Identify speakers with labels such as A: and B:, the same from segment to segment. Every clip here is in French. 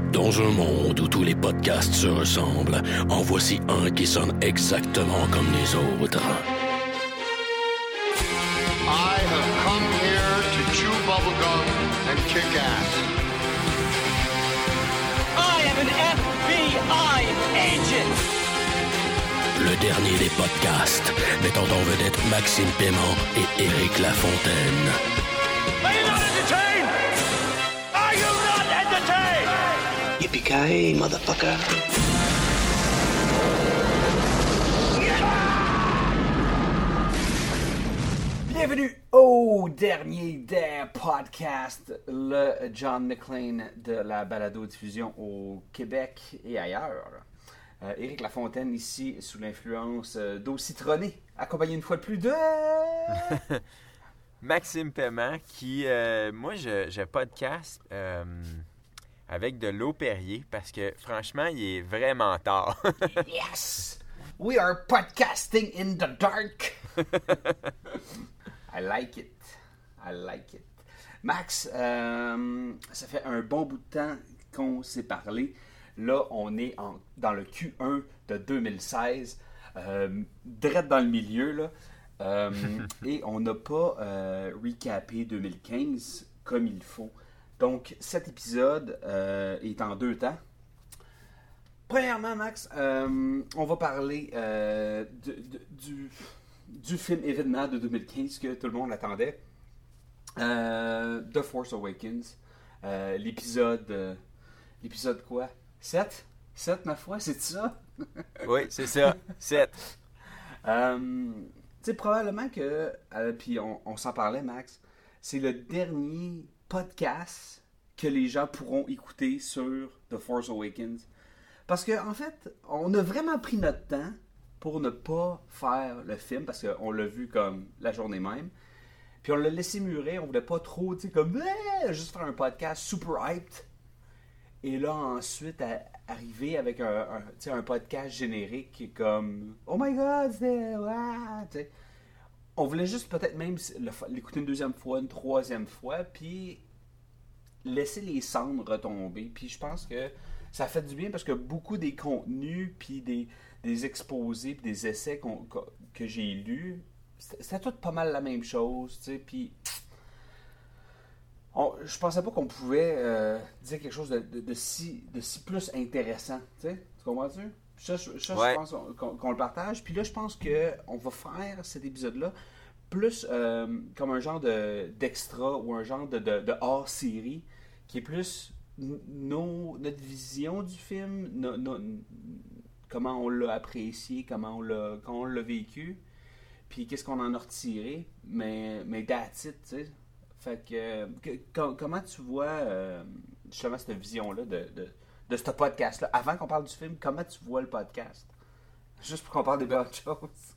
A: Dans un monde où tous les podcasts se ressemblent, en voici un qui sonne exactement comme les autres.
B: I have come here to chew bubblegum and kick ass.
C: I am an FBI agent!
A: Le dernier des podcasts, mettant en vedette Maxime Paiement et Éric Lafontaine.
C: Are you not entertained? Are you not entertained?
D: Yippee-ki-yay, motherfucker.
E: Bienvenue au dernier des podcasts, le John McClane de la balado-diffusion au Québec et ailleurs. Éric Lafontaine ici sous l'influence d'eau citronnée, accompagné une fois de plus de...
F: Maxime Paiement qui, moi je podcast avec de l'eau Perrier parce que franchement il est vraiment tard.
E: Yes! We are podcasting in the dark! I like it. I like it. Max, ça fait un bon bout de temps qu'on s'est parlé. Là, on est dans le Q1 de 2016, direct dans le milieu, là. Et on n'a pas recapé 2015 comme il faut. Donc, cet épisode est en deux temps. Premièrement, Max, on va parler du film événement de 2015 que tout le monde attendait. The Force Awakens. L'épisode quoi? 7? 7, ma foi, c'est ça?
F: Oui, c'est ça. 7.
E: Tu sais, probablement que, puis on s'en parlait, Max, c'est le dernier podcast que les gens pourront écouter sur The Force Awakens. Parce qu'en fait, on a vraiment pris notre temps pour ne pas faire le film, parce qu'on l'a vu comme la journée même. Puis on l'a laissé murer, on voulait pas trop, tu sais, comme, juste faire un podcast super hyped. Et là, ensuite, arriver avec un podcast générique comme « Oh my God, c'est... Ah! » On voulait juste peut-être même l'écouter une deuxième fois, une troisième fois, puis laisser les cendres retomber. Puis je pense que ça fait du bien parce que beaucoup des contenus, puis des exposés, puis des essais que j'ai lus, c'était tout pas mal la même chose, tu sais, puis... je pensais pas qu'on pouvait dire quelque chose de si plus intéressant, tu sais, tu comprends-tu? Ça,
F: Ouais.
E: Je pense qu'on le partage. Puis là, je pense qu'on va faire cet épisode-là plus comme un genre d'extra ou un genre de hors-série qui est plus notre vision du film, comment on l'a apprécié, comment on l'a vécu, puis qu'est-ce qu'on en a retiré, mais that's it, tu sais. Fait que comment tu vois justement cette vision-là de ce podcast-là? Avant qu'on parle du film, comment tu vois le podcast? Juste pour qu'on parle des bonnes choses.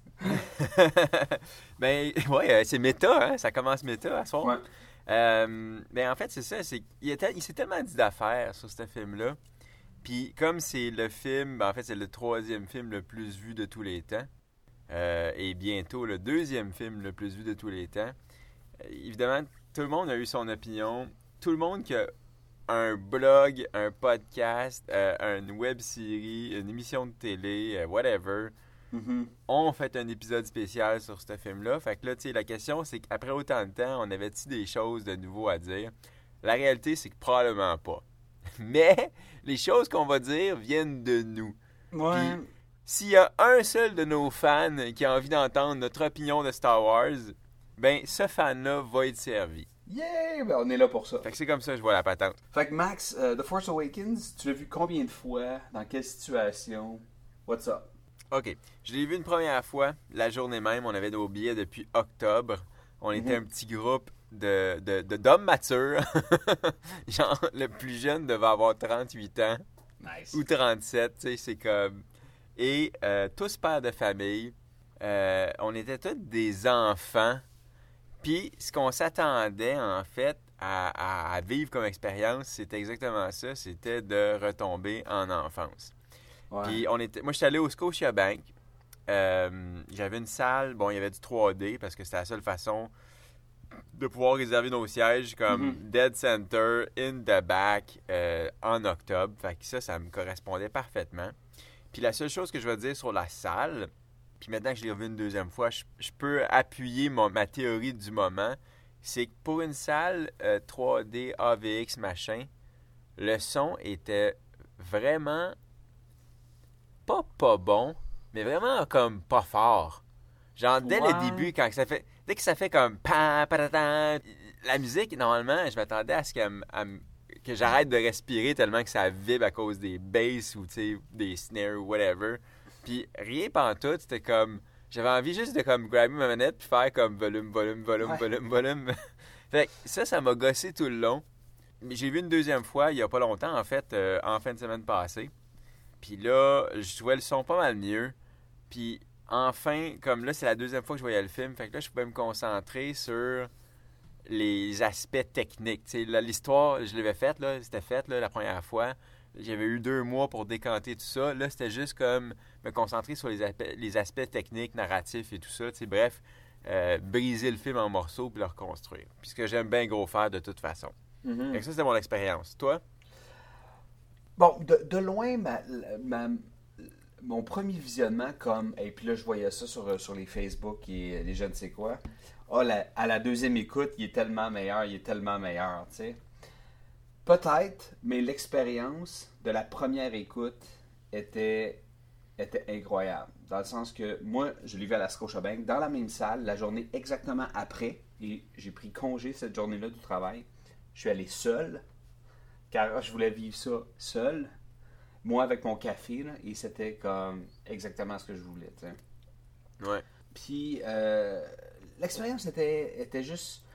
F: Ben, ouais, c'est méta, hein? Ça commence méta à soir.
E: Ouais.
F: Ben, en fait, c'est ça. Il s'est tellement dit d'affaires sur ce film-là. Puis, comme c'est le film, ben, en fait, c'est le 3e film le plus vu de tous les temps. Et bientôt, le 2e film le plus vu de tous les temps. Évidemment, tout le monde a eu son opinion. Tout le monde qui a un blog, un podcast, une web-série, une émission de télé, whatever, ont fait un épisode spécial sur ce film-là. Fait que là, tu sais, la question, c'est qu'après autant de temps, on avait-tu des choses de nouveau à dire? La réalité, c'est que probablement pas. Mais les choses qu'on va dire viennent de nous.
E: Ouais.
F: Puis, s'il y a un seul de nos fans qui a envie d'entendre notre opinion de Star Wars, ben, ce fan-là va être servi.
E: Yeah! Ben, on est là pour ça.
F: Fait que c'est comme ça que je vois la patente.
E: Fait que Max, The Force Awakens, tu l'as vu combien de fois? Dans quelle situation? What's up?
F: OK. Je l'ai vu une première fois, la journée même. On avait nos billets depuis octobre. On était un petit groupe d'hommes matures. Genre, le plus jeune devait avoir 38 ans.
E: Nice.
F: Ou 37, tu sais, c'est comme... Et tous pères de famille. On était tous des enfants. Puis, ce qu'on s'attendait, en fait, à vivre comme expérience, c'était exactement ça. C'était de retomber en enfance.
E: Ouais.
F: Puis, moi, j'étais allé au Scotiabank. J'avais une salle, bon, il y avait du 3D parce que c'était la seule façon de pouvoir réserver nos sièges comme dead center, in the back, en octobre. Fait que ça me correspondait parfaitement. Puis la seule chose que je vais dire sur la salle, puis maintenant que je l'ai revu une deuxième fois, je peux appuyer ma théorie du moment, c'est que pour une salle 3D, AVX, machin, le son était vraiment pas bon, mais vraiment comme pas fort. Genre, dès le début, dès que ça fait comme la musique, normalement, je m'attendais à ce que j'arrête de respirer tellement que ça vibre à cause des basses ou des snares ou whatever. Puis rien pantoute, c'était comme... J'avais envie juste de comme grabber ma manette puis faire comme volume. Fait que ça m'a gossé tout le long. Mais j'ai vu une deuxième fois, il y a pas longtemps, en fait, en fin de semaine passée. Puis là, je trouvais le son pas mal mieux. Puis enfin, comme là, c'est la deuxième fois que je voyais le film, fait que là, je pouvais me concentrer sur les aspects techniques. Tu sais, l'histoire, je l'avais faite, là, c'était fait là, la première fois. J'avais eu 2 mois pour décanter tout ça. Là, c'était juste comme me concentrer sur les aspects techniques, narratifs et tout ça. Tu sais, bref, briser le film en morceaux puis le reconstruire. Puis ce que j'aime bien gros faire de toute façon. Fait que ça, c'était mon expérience. Toi?
E: Bon, de loin, mon premier visionnement, et puis là, je voyais ça sur les Facebook et les je ne sais quoi. À la deuxième écoute, il est tellement meilleur, tu sais. Peut-être, mais l'expérience de la première écoute était incroyable. Dans le sens que moi, je l'ai vu à la Scotiabank, dans la même salle, la journée exactement après, et j'ai pris congé cette journée-là du travail. Je suis allé seul, car je voulais vivre ça seul. Moi, avec mon café, là, et c'était comme exactement ce que je voulais, tu sais.
F: Ouais.
E: Puis, l'expérience était juste...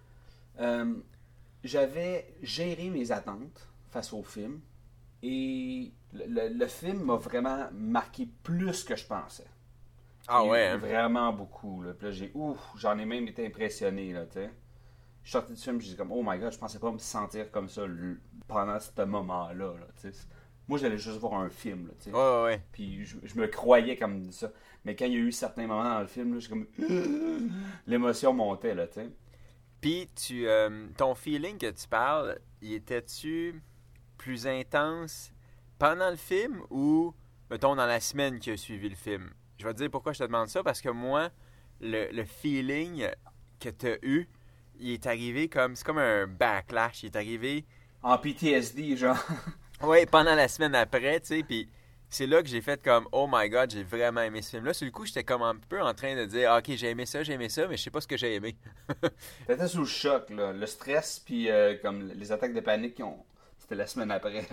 E: j'avais géré mes attentes face au film, et le film m'a vraiment marqué plus que je pensais.
F: Ah ouais, hein?
E: Vraiment beaucoup, là. Puis là, j'en ai même été impressionné, là, tu sais. Je suis sorti du film, je disais comme, oh my god, je pensais pas me sentir comme ça pendant ce moment-là, là, tu sais. Moi, j'allais juste voir un film, là, tu sais.
F: Ouais.
E: Puis je me croyais comme ça. Mais quand il y a eu certains moments dans le film, là, j'ai comme... l'émotion montait, là, tu sais.
F: Puis, ton feeling que tu parles, il était-tu plus intense pendant le film ou, mettons, dans la semaine qui a suivi le film? Je vais te dire pourquoi je te demande ça, parce que moi, le feeling que tu as eu, il est arrivé c'est comme un backlash. Il est arrivé...
E: En PTSD, genre.
F: Oui, pendant la semaine après, tu sais, puis c'est là que j'ai fait comme, oh my god, j'ai vraiment aimé ce film-là. Sur le coup, j'étais comme un peu en train de dire, ok, j'ai aimé ça, mais je sais pas ce que j'ai aimé.
E: T'étais sous le choc, là. Le stress, puis comme les attaques de panique, c'était la semaine après.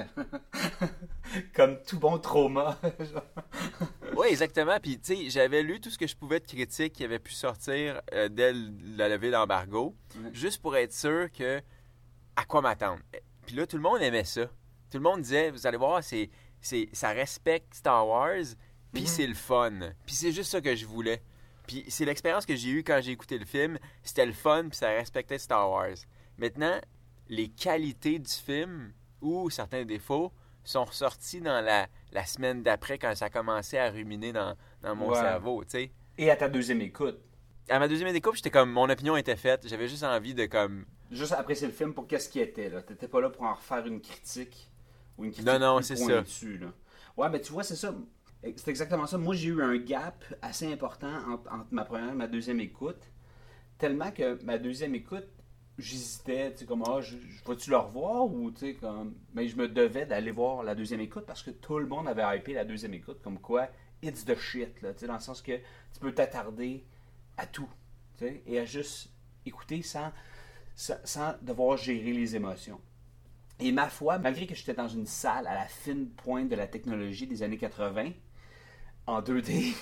E: Comme tout bon trauma.
F: Oui, exactement. Puis, tu sais, j'avais lu tout ce que je pouvais de critiques qui avait pu sortir dès la levée d'embargo, juste pour être sûr que à quoi m'attendre. Puis là, tout le monde aimait ça. Tout le monde disait, vous allez voir, ça respecte Star Wars, puis c'est le fun. Puis c'est juste ça que je voulais. Puis c'est l'expérience que j'ai eue quand j'ai écouté le film. C'était le fun, puis ça respectait Star Wars. Maintenant, les qualités du film, ou certains défauts, sont ressortis dans la semaine d'après, quand ça commençait à ruminer dans mon cerveau, tu sais.
E: Et à ta deuxième écoute.
F: À ma deuxième écoute, j'étais comme, mon opinion était faite. J'avais juste envie de comme...
E: Juste apprécier le film pour qu'est-ce qu'il était, là. T'étais pas là pour en refaire une critique. Ou une critique
F: non,
E: plus
F: c'est
E: pointue, là. Ouais, mais tu vois, c'est ça. C'est exactement ça. Moi, j'ai eu un gap assez important entre ma première et ma deuxième écoute. Tellement que ma deuxième écoute, j'hésitais, tu sais, comme, vas-tu le revoir ou, tu sais, comme... Mais je me devais d'aller voir la deuxième écoute parce que tout le monde avait hypé la deuxième écoute, comme quoi, it's the shit, là, tu sais, dans le sens que tu peux t'attarder à tout, tu sais, et à juste écouter sans devoir gérer les émotions. Et ma foi, malgré que j'étais dans une salle à la fine pointe de la technologie des années 80, en 2D,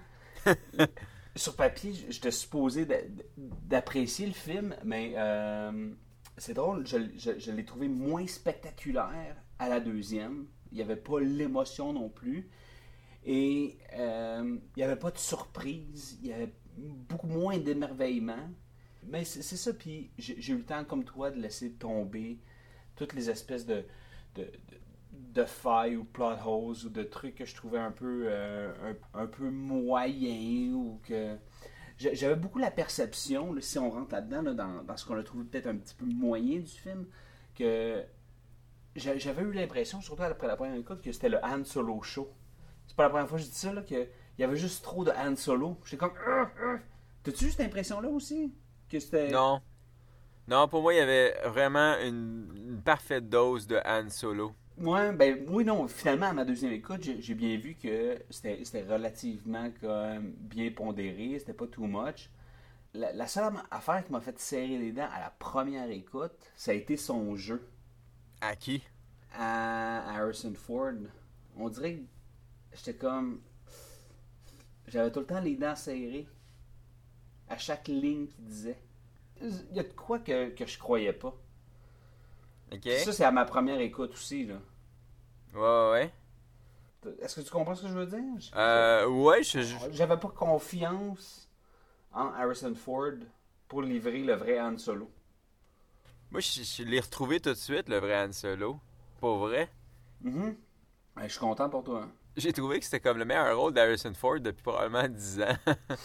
E: sur papier, j'étais supposé d'apprécier le film, mais c'est drôle, je l'ai trouvé moins spectaculaire à la deuxième. Il n'y avait pas l'émotion non plus. Et il n'y avait pas de surprise. Il y avait beaucoup moins d'émerveillement. Mais c'est ça, puis j'ai eu le temps, comme toi, de laisser tomber toutes les espèces de failles ou plot holes ou de trucs que je trouvais un peu moyens ou que j'avais beaucoup la perception, là, si on rentre là-dedans, là, dans ce qu'on a trouvé peut-être un petit peu moyen du film, que j'avais eu l'impression, surtout après la première écoute, que c'était le Han Solo show. C'est pas la première fois que je dis ça, là, qu'il y avait juste trop de Han Solo. J'étais comme... T'as-tu eu cette impression-là aussi? Que c'était...
F: Non. Non, pour moi, il y avait vraiment une parfaite dose de Han Solo.
E: Ouais, ben oui, non. Finalement, à ma deuxième écoute, j'ai bien vu que c'était relativement comme bien pondéré. C'était pas too much. La seule affaire qui m'a fait serrer les dents à la première écoute, ça a été son jeu.
F: À qui?
E: À Harrison Ford. On dirait que j'étais comme... J'avais tout le temps les dents serrées. À chaque ligne qu'il disait. Il y a de quoi que je croyais pas.
F: OK.
E: Ça, c'est à ma première écoute aussi, là.
F: Ouais.
E: Est-ce que tu comprends ce que je veux dire?
F: Ouais,
E: J'avais pas confiance en Harrison Ford pour livrer le vrai Han Solo.
F: Moi, je l'ai retrouvé tout de suite, le vrai Han Solo. Pour vrai.
E: Ouais, je suis content pour toi.
F: J'ai trouvé que c'était comme le meilleur rôle d'Harrison Ford depuis probablement 10 ans.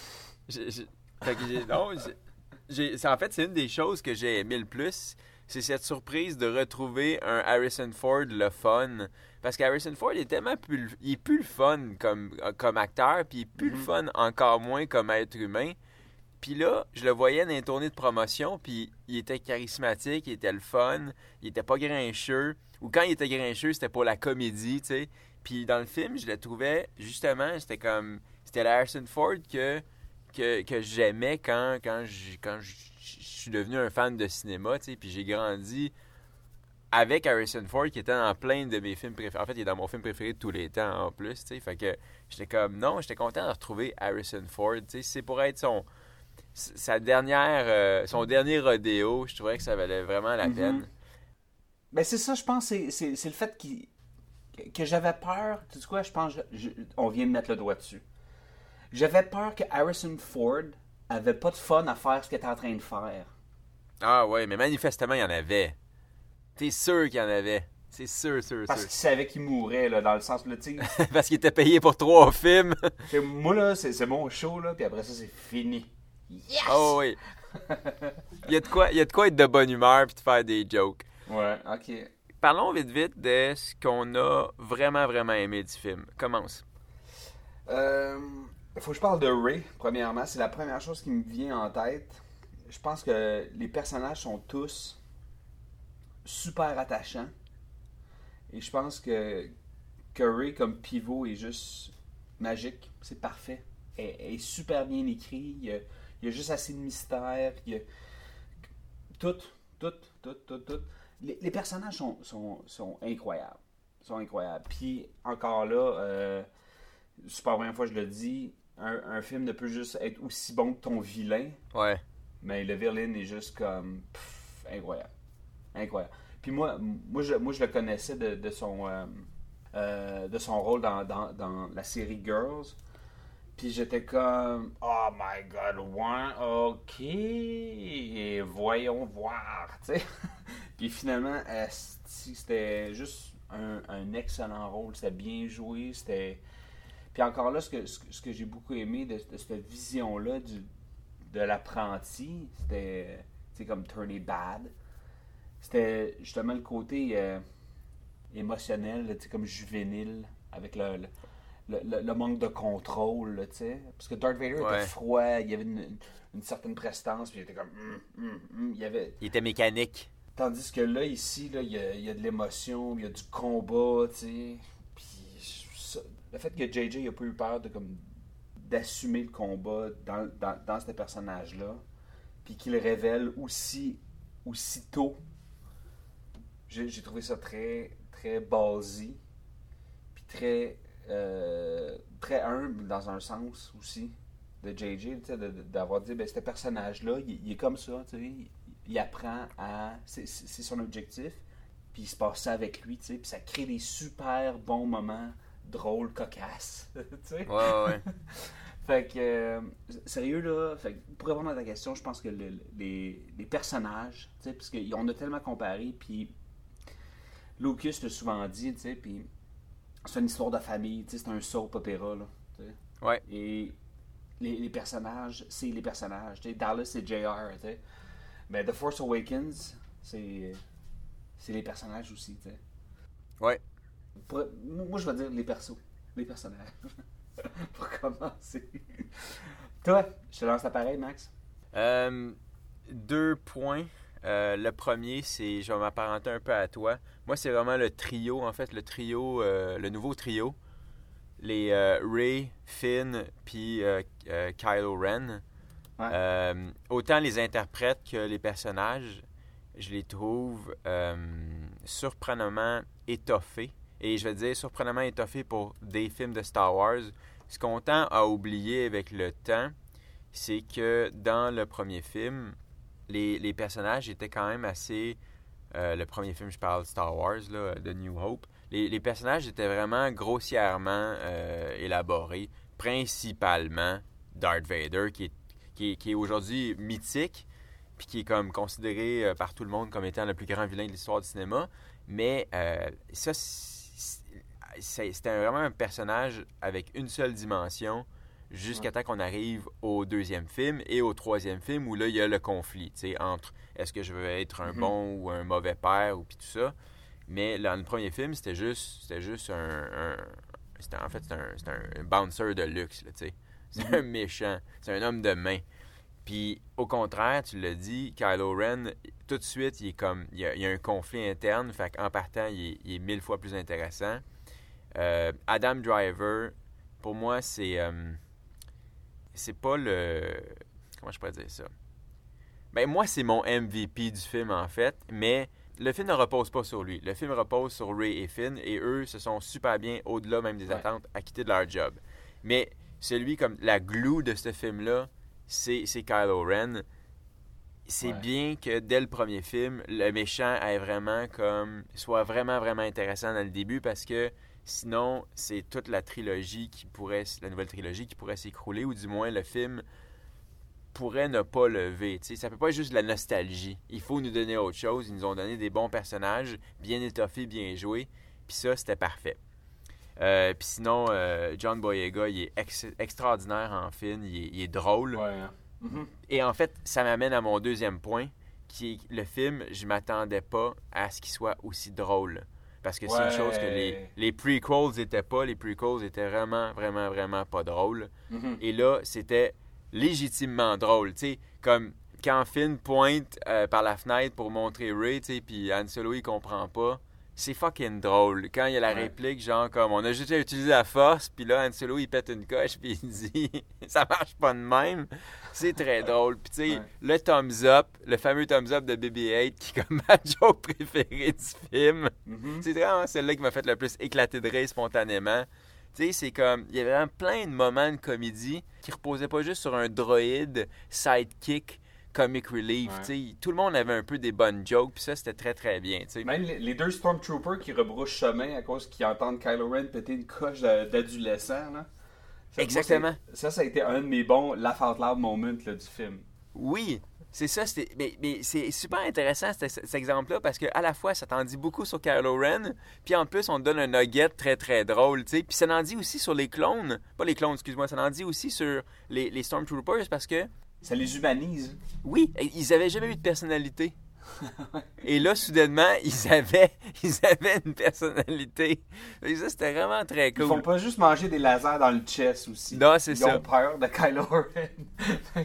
F: En fait, c'est une des choses que j'ai aimé le plus. C'est cette surprise de retrouver un Harrison Ford le fun. Parce qu'Harrison Ford est tellement plus le fun comme acteur, puis il est plus le fun encore moins comme être humain. Puis là, je le voyais dans les tournées de promotion, puis il était charismatique, il était le fun, il était pas grincheux. Ou quand il était grincheux, c'était pour la comédie, tu sais. Puis dans le film, je le trouvais, justement, c'était le Harrison Ford que j'aimais quand je suis devenu un fan de cinéma, tu sais. Puis j'ai grandi avec Harrison Ford, qui était dans plein de mes films préférés. En fait, il est dans mon film préféré de tous les temps, en plus, tu sais. Fait que j'étais content de retrouver Harrison Ford, tu sais. C'est pour être son dernier rodéo, je trouvais que ça valait vraiment la peine.
E: Ben c'est ça, je pense, c'est le fait que j'avais peur. Tu sais quoi, je pense, on vient de mettre le doigt dessus. J'avais peur que Harrison Ford avait pas de fun à faire ce qu'il était en train de faire.
F: Ah ouais, mais manifestement, il y en avait. T'es sûr qu'il y en avait. C'est sûr.
E: Parce qu'il savait qu'il mourrait, là, dans le sens, là, tu sais.
F: Parce qu'il était payé pour 3 films.
E: Moi, là, c'est mon show, là, puis après ça, c'est fini. Yes!
F: Oh oui. Il y a de quoi être de bonne humeur puis de faire des jokes.
E: Ouais, ok.
F: Parlons vite de ce qu'on a vraiment aimé du film. Commence.
E: Faut que je parle de Ray, premièrement. C'est la première chose qui me vient en tête. Je pense que les personnages sont tous super attachants. Et je pense que Ray, comme pivot, est juste magique. C'est parfait. Elle est super bien écrit. Il y a juste assez de mystère. Il y a tout. Les personnages sont incroyables. Puis, encore là, c'est pas la première fois que je le dis, un film ne peut juste être aussi bon que ton vilain.
F: Ouais.
E: Mais le vilain est juste comme... incroyable. Puis moi je le connaissais de son rôle dans la série Girls. Puis j'étais comme, oh my god, ouais, ok, et voyons voir, tu sais. Puis finalement, c'était juste un excellent rôle, c'était bien joué, c'était... Puis encore là, ce que j'ai beaucoup aimé de cette vision-là de l'apprenti, c'était, tu sais, comme Turny Bad, c'était justement le côté émotionnel, tu sais, comme juvénile, avec le manque de contrôle, tu sais. Parce que Darth Vader était froid, il y avait une certaine prestance, puis il était comme... Il
F: était mécanique.
E: Tandis que là, ici, là, il y a de l'émotion, il y a du combat, tu sais. Puis le fait que JJ n'a pas eu peur d'assumer le combat dans ce personnage-là, puis qu'il le révèle aussi tôt, j'ai trouvé ça très, très ballsy, puis très humble dans un sens aussi de JJ, d'avoir dit ce personnage-là, il est comme ça, il apprend à... C'est son objectif, puis il se passe ça avec lui, puis ça crée des super bons moments drôles, cocasses,
F: Ouais.
E: Fait que, sérieux là, pour répondre à ta question, je pense que les personnages, parce qu'on a tellement comparé, puis Lucas l'a souvent dit, puis c'est une histoire de famille, c'est un soap opéra, là,
F: ouais.
E: Et les personnages, c'est les personnages. T'sais, Dallas, c'est JR. T'sais. Mais The Force Awakens, c'est les personnages aussi. T'sais.
F: Ouais.
E: Moi, je vais dire les persos. Les personnages. Pour commencer. Toi, je te lance l'appareil, Max.
F: 2 points. Le premier, c'est, je vais m'apparenter un peu à toi. Moi, c'est vraiment le trio, en fait, le nouveau trio. Les Rey, Finn, puis Kylo Ren.
E: Ouais.
F: Autant les interprètes que les personnages, je les trouve surprenamment étoffés. Et je vais dire surprenamment étoffés pour des films de Star Wars. Ce qu'on tend à oublier avec le temps, c'est que dans le premier film, les personnages étaient quand même assez... le premier film, je parle de Star Wars, là, de New Hope. Les personnages étaient vraiment grossièrement élaborés. Principalement Darth Vader, qui est aujourd'hui mythique, puis qui est comme considéré par tout le monde comme étant le plus grand vilain de l'histoire du cinéma. Mais ça, c'était vraiment un personnage avec une seule dimension jusqu'à temps qu'on arrive au deuxième film et au troisième film où là, il y a le conflit, tu sais, entre est-ce que je veux être un bon ou un mauvais père ou puis tout ça. Mais dans le premier film, c'était juste un bouncer de luxe, là, tu sais. C'est un méchant, c'est un homme de main. Puis au contraire, tu l'as dit, Kylo Ren, tout de suite, il y a un conflit interne, fait qu'en partant, il est 1000 fois plus intéressant. Adam Driver, pour moi, c'est pas le... Comment je pourrais dire ça? Ben moi, c'est mon MVP du film, en fait, mais le film ne repose pas sur lui. Le film repose sur Rey et Finn, et eux se sont super bien, au-delà même des attentes, acquittés de leur job. Mais celui comme la glue de ce film-là, c'est Kylo Ren. C'est bien que dès le premier film, le méchant soit vraiment, vraiment intéressant dans le début, parce que sinon, c'est toute la nouvelle trilogie qui pourrait s'écrouler, ou du moins le film pourrait ne pas lever. T'sais, ça peut pas être juste de la nostalgie. Il faut nous donner autre chose. Ils nous ont donné des bons personnages, bien étoffés, bien joués. Puis ça, c'était parfait. Puis sinon, John Boyega, il est extraordinaire en film. Il est drôle.
E: Ouais. Mm-hmm.
F: Et en fait, ça m'amène à mon deuxième point, qui est le film, je m'attendais pas à ce qu'il soit aussi drôle. Parce que c'est une chose que les prequels n'étaient pas. Les prequels étaient vraiment, vraiment, vraiment pas drôles.
E: Mm-hmm.
F: Et là, c'était légitimement drôle. Tu sais, comme quand Finn pointe par la fenêtre pour montrer Rey, tu sais, puis Han Solo, il comprend pas. C'est fucking drôle. Quand il y a la réplique, genre comme on a juste utilisé la force, puis là, Han Solo, il pète une coche, puis il dit ça marche pas de même. C'est très drôle. Puis tu sais, le thumbs up, le fameux thumbs up de BB-8, qui est comme ma joke préférée du film.
E: Mm-hmm.
F: C'est vraiment celle-là qui m'a fait le plus éclater de rire spontanément. Tu sais, c'est comme, il y avait vraiment plein de moments de comédie qui reposaient pas juste sur un droïde sidekick comic relief. Ouais. Tout le monde avait un peu des bonnes jokes, puis ça, c'était très, très bien. T'sais.
E: Même les deux Stormtroopers qui rebroussent chemin à cause qu'ils entendent Kylo Ren péter une coche d'adolescent. Là. Ça,
F: exactement.
E: Moi, ça a été un de mes bons laugh out loud moments là, du film.
F: Oui, c'est ça. Mais c'est super intéressant, cet exemple-là, parce qu'à la fois, ça t'en dit beaucoup sur Kylo Ren, puis en plus, on te donne un nugget très, très drôle. Puis ça en dit aussi sur les clones. Pas les clones, excuse-moi. Ça en dit aussi sur les Stormtroopers, parce que
E: ça les humanise.
F: Oui, ils avaient jamais eu de personnalité. Et là, soudainement, ils avaient une personnalité. Et ça, c'était vraiment très cool.
E: Ils font pas juste manger des lasers dans le chest aussi.
F: Non, c'est ça.
E: Ils ont peur de Kylo Ren.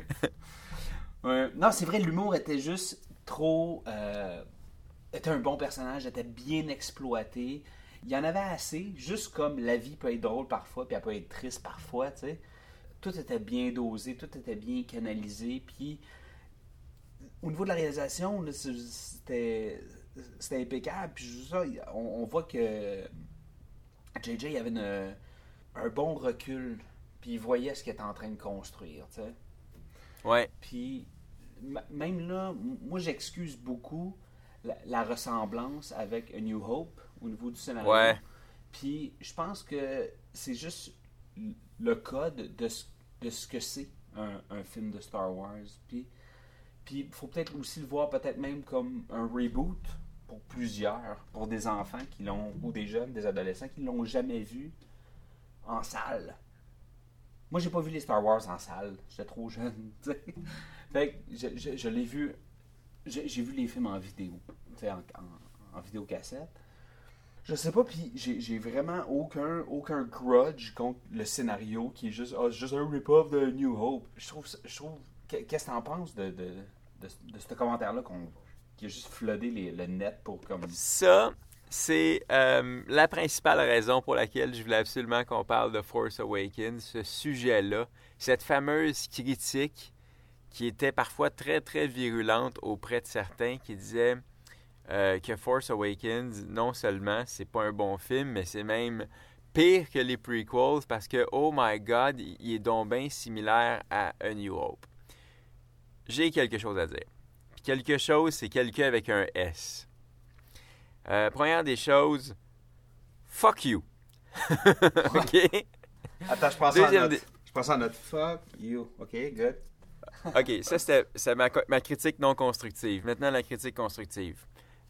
E: Non, c'est vrai, l'humour était juste trop... était un bon personnage, était bien exploité. Il y en avait assez, juste comme la vie peut être drôle parfois, puis elle peut être triste parfois, tu sais. Tout était bien dosé, tout était bien canalisé, puis au niveau de la réalisation, là, c'était impeccable, puis ça, on voit que JJ avait un bon recul, puis il voyait ce qu'il était en train de construire, tu sais.
F: Ouais.
E: Puis même là, moi j'excuse beaucoup la ressemblance avec A New Hope au niveau du scénario.
F: Ouais.
E: Puis je pense que c'est juste le code de ce que c'est un film de Star Wars. Puis il faut peut-être aussi le voir peut-être même comme un reboot pour plusieurs, pour des enfants qui l'ont, ou des jeunes, des adolescents qui l'ont jamais vu en salle. Moi, j'ai pas vu les Star Wars en salle. J'étais trop jeune, tu sais. Fait que je l'ai vu... J'ai vu les films en vidéo, tu sais, en vidéocassette. Je sais pas, puis j'ai vraiment aucun grudge contre le scénario qui est juste un rip-off de New Hope. Je trouve qu'est-ce que t'en penses de ce commentaire-là qui a juste floodé le net pour comme...
F: Ça, c'est la principale raison pour laquelle je voulais absolument qu'on parle de Force Awakens, ce sujet-là, cette fameuse critique qui était parfois très, très virulente auprès de certains qui disaient que Force Awakens, non seulement c'est pas un bon film, mais c'est même pire que les prequels parce que, oh my God, il est donc bien similaire à A New Hope. J'ai quelque chose à dire. Puis quelque chose, c'est quelqu'un avec un S. Première des choses, fuck you. OK?
E: Attends, je pense à notre fuck you. OK, good.
F: OK, ça, c'est ma critique non constructive. Maintenant, la critique constructive.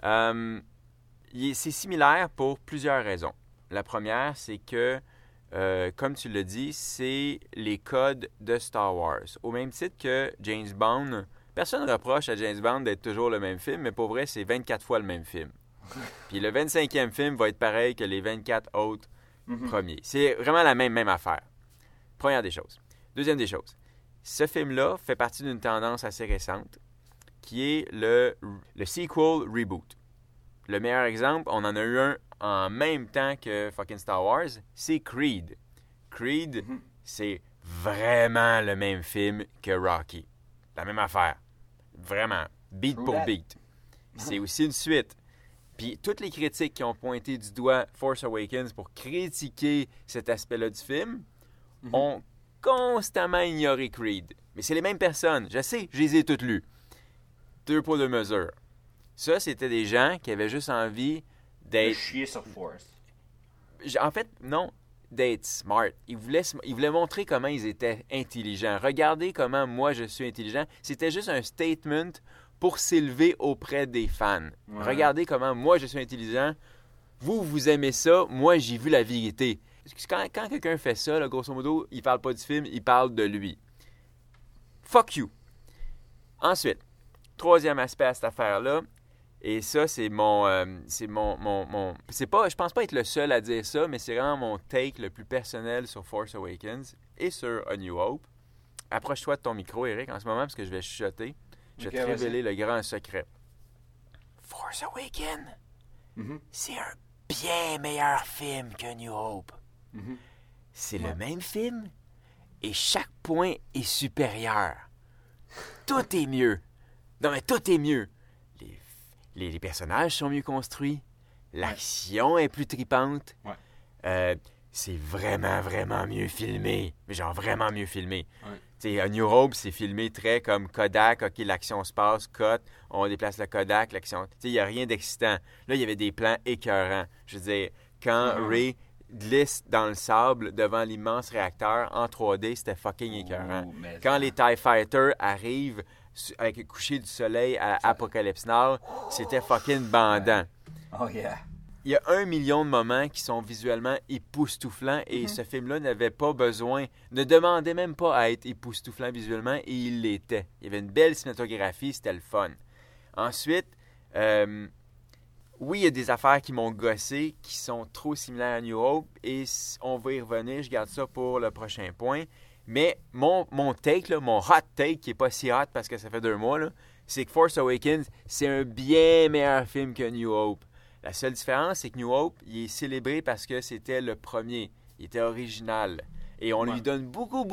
F: C'est similaire pour plusieurs raisons. La première, c'est que, comme tu l'as dit, c'est les codes de Star Wars. Au même titre que James Bond, personne ne reproche à James Bond d'être toujours le même film, mais pour vrai, c'est 24 fois le même film. Puis le 25e film va être pareil que les 24 autres premiers. C'est vraiment la même affaire. Première des choses. Deuxième des choses. Ce film-là fait partie d'une tendance assez récente qui est le sequel reboot. Le meilleur exemple, on en a eu un en même temps que fucking Star Wars, c'est Creed. Creed, c'est vraiment le même film que Rocky. La même affaire. Vraiment. Beat pour beat. C'est aussi une suite. Puis toutes les critiques qui ont pointé du doigt Force Awakens pour critiquer cet aspect-là du film ont constamment ignoré Creed. Mais c'est les mêmes personnes. Je sais, je les ai toutes lues. 2 poids 2 mesures. Ça, c'était des gens qui avaient juste envie d'être...
E: De chier sur Force.
F: En fait, non. D'être smart. Ils voulaient montrer comment ils étaient intelligents. Regardez comment moi, je suis intelligent. C'était juste un statement pour s'élever auprès des fans. Ouais. Regardez comment moi, je suis intelligent. Vous aimez ça. Moi, j'ai vu la vérité. Quand quelqu'un fait ça, là, grosso modo, il parle pas du film, il parle de lui. Fuck you. Ensuite, troisième aspect à cette affaire-là, et ça, c'est c'est pas, je pense pas être le seul à dire ça, mais c'est vraiment mon take le plus personnel sur Force Awakens et sur A New Hope. Approche-toi de ton micro, Eric, en ce moment, parce que je vais chuchoter. Je vais te révéler le grand secret. Force Awakens, c'est un bien meilleur film que New Hope. C'est le même film et chaque point est supérieur. Tout est mieux. Non, mais tout est mieux. Les personnages sont mieux construits. L'action est plus tripante. C'est vraiment, vraiment mieux filmé. Mais genre vraiment mieux filmé. Tu sais, A New Hope, c'est filmé très comme Kodak. OK, l'action se passe, cut, on déplace le Kodak, l'action... Tu sais, il n'y a rien d'excitant. Là, il y avait des plans écœurants. Je veux dire, quand Rey glisse dans le sable devant l'immense réacteur en 3D, c'était fucking écœurant. Quand les TIE Fighters arrivent avec le coucher du soleil à Apocalypse Now, c'était fucking bandant.
E: Oh yeah.
F: Il y a 1 million de moments qui sont visuellement époustouflants et ce film-là n'avait pas besoin, ne demandait même pas à être époustouflant visuellement et il l'était. Il y avait une belle cinématographie, c'était le fun. Ensuite, oui, il y a des affaires qui m'ont gossé, qui sont trop similaires à New Hope et on va y revenir, je garde ça pour le prochain point. Mais mon take, là, mon hot take, qui n'est pas si hot parce que ça fait 2 mois, là, c'est que Force Awakens, c'est un bien meilleur film que New Hope. La seule différence, c'est que New Hope, il est célébré parce que c'était le premier. Il était original. Et on lui donne beaucoup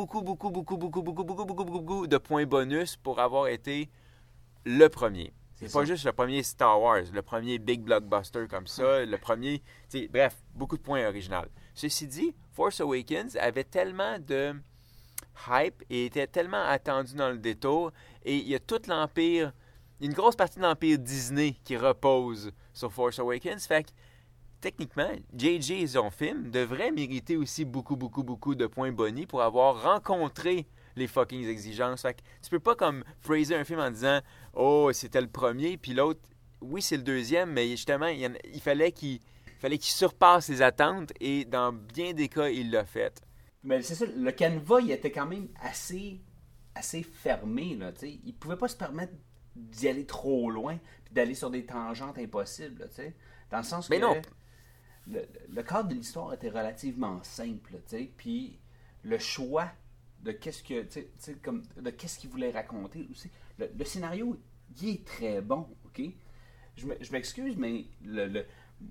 F: de points bonus pour avoir été le premier. C'est pas juste le premier Star Wars, le premier big blockbuster comme ça, le premier... Bref, beaucoup de points originaux. Ceci dit, Force Awakens avait tellement de hype et était tellement attendu dans le détour. Et il y a tout l'empire... Il y a une grosse partie de l'empire Disney qui repose sur Force Awakens. Fait que, techniquement, J.J. et son film devraient mériter aussi beaucoup de points bonus pour avoir rencontré les fucking exigences. Fait que tu peux pas comme phraser un film en disant « Oh, c'était le premier », puis l'autre, oui, c'est le deuxième, mais justement, il fallait qu'il surpasse les attentes et dans bien des cas, il l'a fait.
E: Mais c'est ça, le canevas, il était quand même assez fermé, là, tu sais. Il pouvait pas se permettre d'y aller trop loin, puis d'aller sur des tangentes impossibles, tu sais. Dans le sens que
F: Mais non.
E: le cadre de l'histoire était relativement simple, tu sais, puis le choix de qu'est-ce que, tu sais, comme, de qu'est-ce qu'il voulait raconter aussi. Le scénario, il est très bon, ok? Je m'excuse, mais le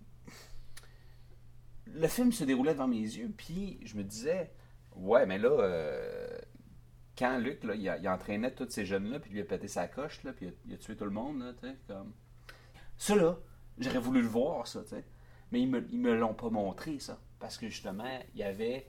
E: film se déroulait devant mes yeux, puis je me disais, ouais, mais là, quand Luc, là, il entraînait tous ces jeunes-là, puis il lui a pété sa coche, là, puis il a tué tout le monde, là, tu sais, comme... Ça, là, j'aurais voulu le voir, ça, tu sais. Mais ils me l'ont pas montré, ça. Parce que, justement, il y avait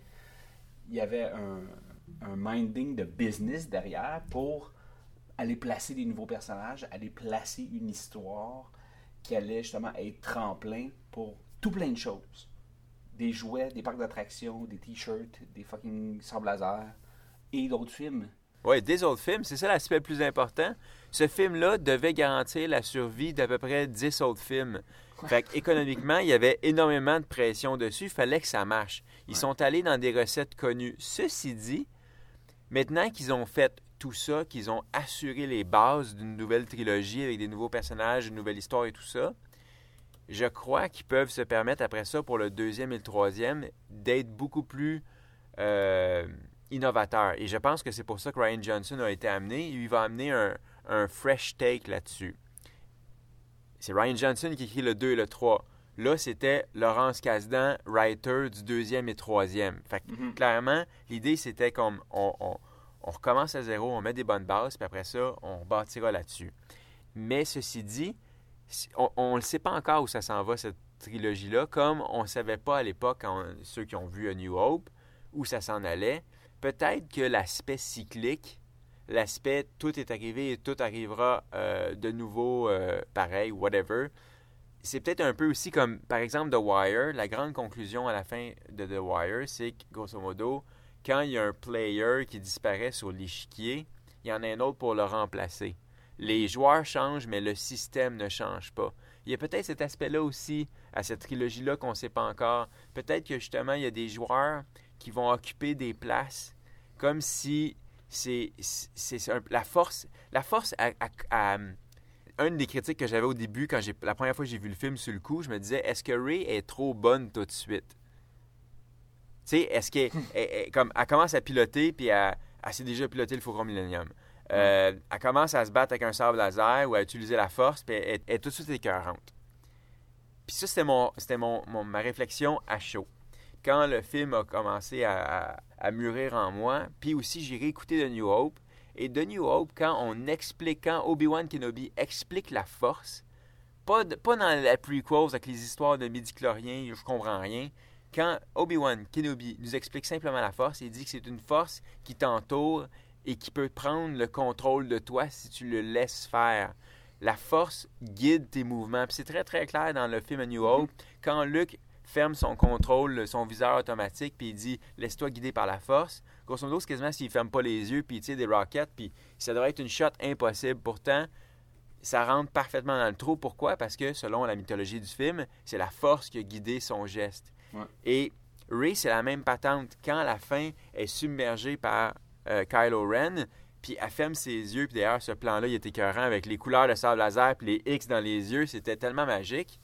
E: un minding de business derrière pour aller placer des nouveaux personnages, aller placer une histoire qui allait, justement, être tremplin pour tout plein de choses. Des jouets, des parcs d'attractions, des t-shirts, des fucking sables laser et d'autres films.
F: Oui, des autres films, c'est ça l'aspect le plus important. Ce film-là devait garantir la survie d'à peu près 10 autres films. Fait qu'économiquement, il y avait énormément de pression dessus. Il fallait que ça marche. Ils sont allés dans des recettes connues. Ceci dit, maintenant qu'ils ont fait tout ça, qu'ils ont assuré les bases d'une nouvelle trilogie avec des nouveaux personnages, une nouvelle histoire et tout ça, je crois qu'ils peuvent se permettre après ça, pour le deuxième et le troisième, d'être beaucoup plus innovateurs. Et je pense que c'est pour ça que Rian Johnson a été amené. Il va amener un fresh take là-dessus. C'est Rian Johnson qui écrit le 2 et le 3. Là, c'était Laurence Kasdan, writer du deuxième et troisième. Fait que, clairement, l'idée, c'était comme on recommence à zéro, on met des bonnes bases, puis après ça, on bâtira là-dessus. Mais ceci dit, on ne sait pas encore où ça s'en va, cette trilogie-là, comme on ne savait pas à l'époque, ceux qui ont vu A New Hope, où ça s'en allait. Peut-être que l'aspect cyclique, l'aspect tout est arrivé et tout arrivera de nouveau pareil, whatever, c'est peut-être un peu aussi comme, par exemple, The Wire. La grande conclusion à la fin de The Wire, c'est que, grosso modo, quand il y a un player qui disparaît sur l'échiquier, il y en a un autre pour le remplacer. Les joueurs changent, mais le système ne change pas. Il y a peut-être cet aspect-là aussi, à cette trilogie-là, qu'on ne sait pas encore. Peut-être que, justement, il y a des joueurs qui vont occuper des places comme si la force une des critiques que j'avais au début, la première fois que j'ai vu le film sur le coup, je me disais, est-ce que Rey est trop bonne tout de suite? Tu sais, est-ce qu'elle elle commence à piloter, puis elle s'est déjà piloté le Faucon Millenium. Elle commence à se battre avec un sabre laser ou à utiliser la force, puis elle est tout de suite écœurante. Puis ça, c'était ma réflexion à chaud. Quand le film a commencé à mûrir en moi, puis aussi j'ai réécouté The New Hope. Et The New Hope, quand Obi-Wan Kenobi explique la force, pas dans la prequels avec les histoires de midi-chloriens, je comprends rien. Quand Obi-Wan Kenobi nous explique simplement la force, il dit que c'est une force qui t'entoure et qui peut prendre le contrôle de toi si tu le laisses faire. La force guide tes mouvements. Puis c'est très, très clair dans le film A New Hope. Quand Luke ferme son contrôle, son viseur automatique, puis il dit « Laisse-toi guider par la force », grosso modo, c'est quasiment s'il ne ferme pas les yeux, puis il tire des rockets, puis ça devrait être une shot impossible. Pourtant, ça rentre parfaitement dans le trou. Pourquoi? Parce que, selon la mythologie du film, c'est la force qui a guidé son geste. Ouais. Et Rey, c'est la même patente. Quand, à la fin, elle est submergée par Kylo Ren, puis elle ferme ses yeux, puis d'ailleurs, ce plan-là, il était écœurant avec les couleurs de sable laser, puis les X dans les yeux, c'était tellement magique.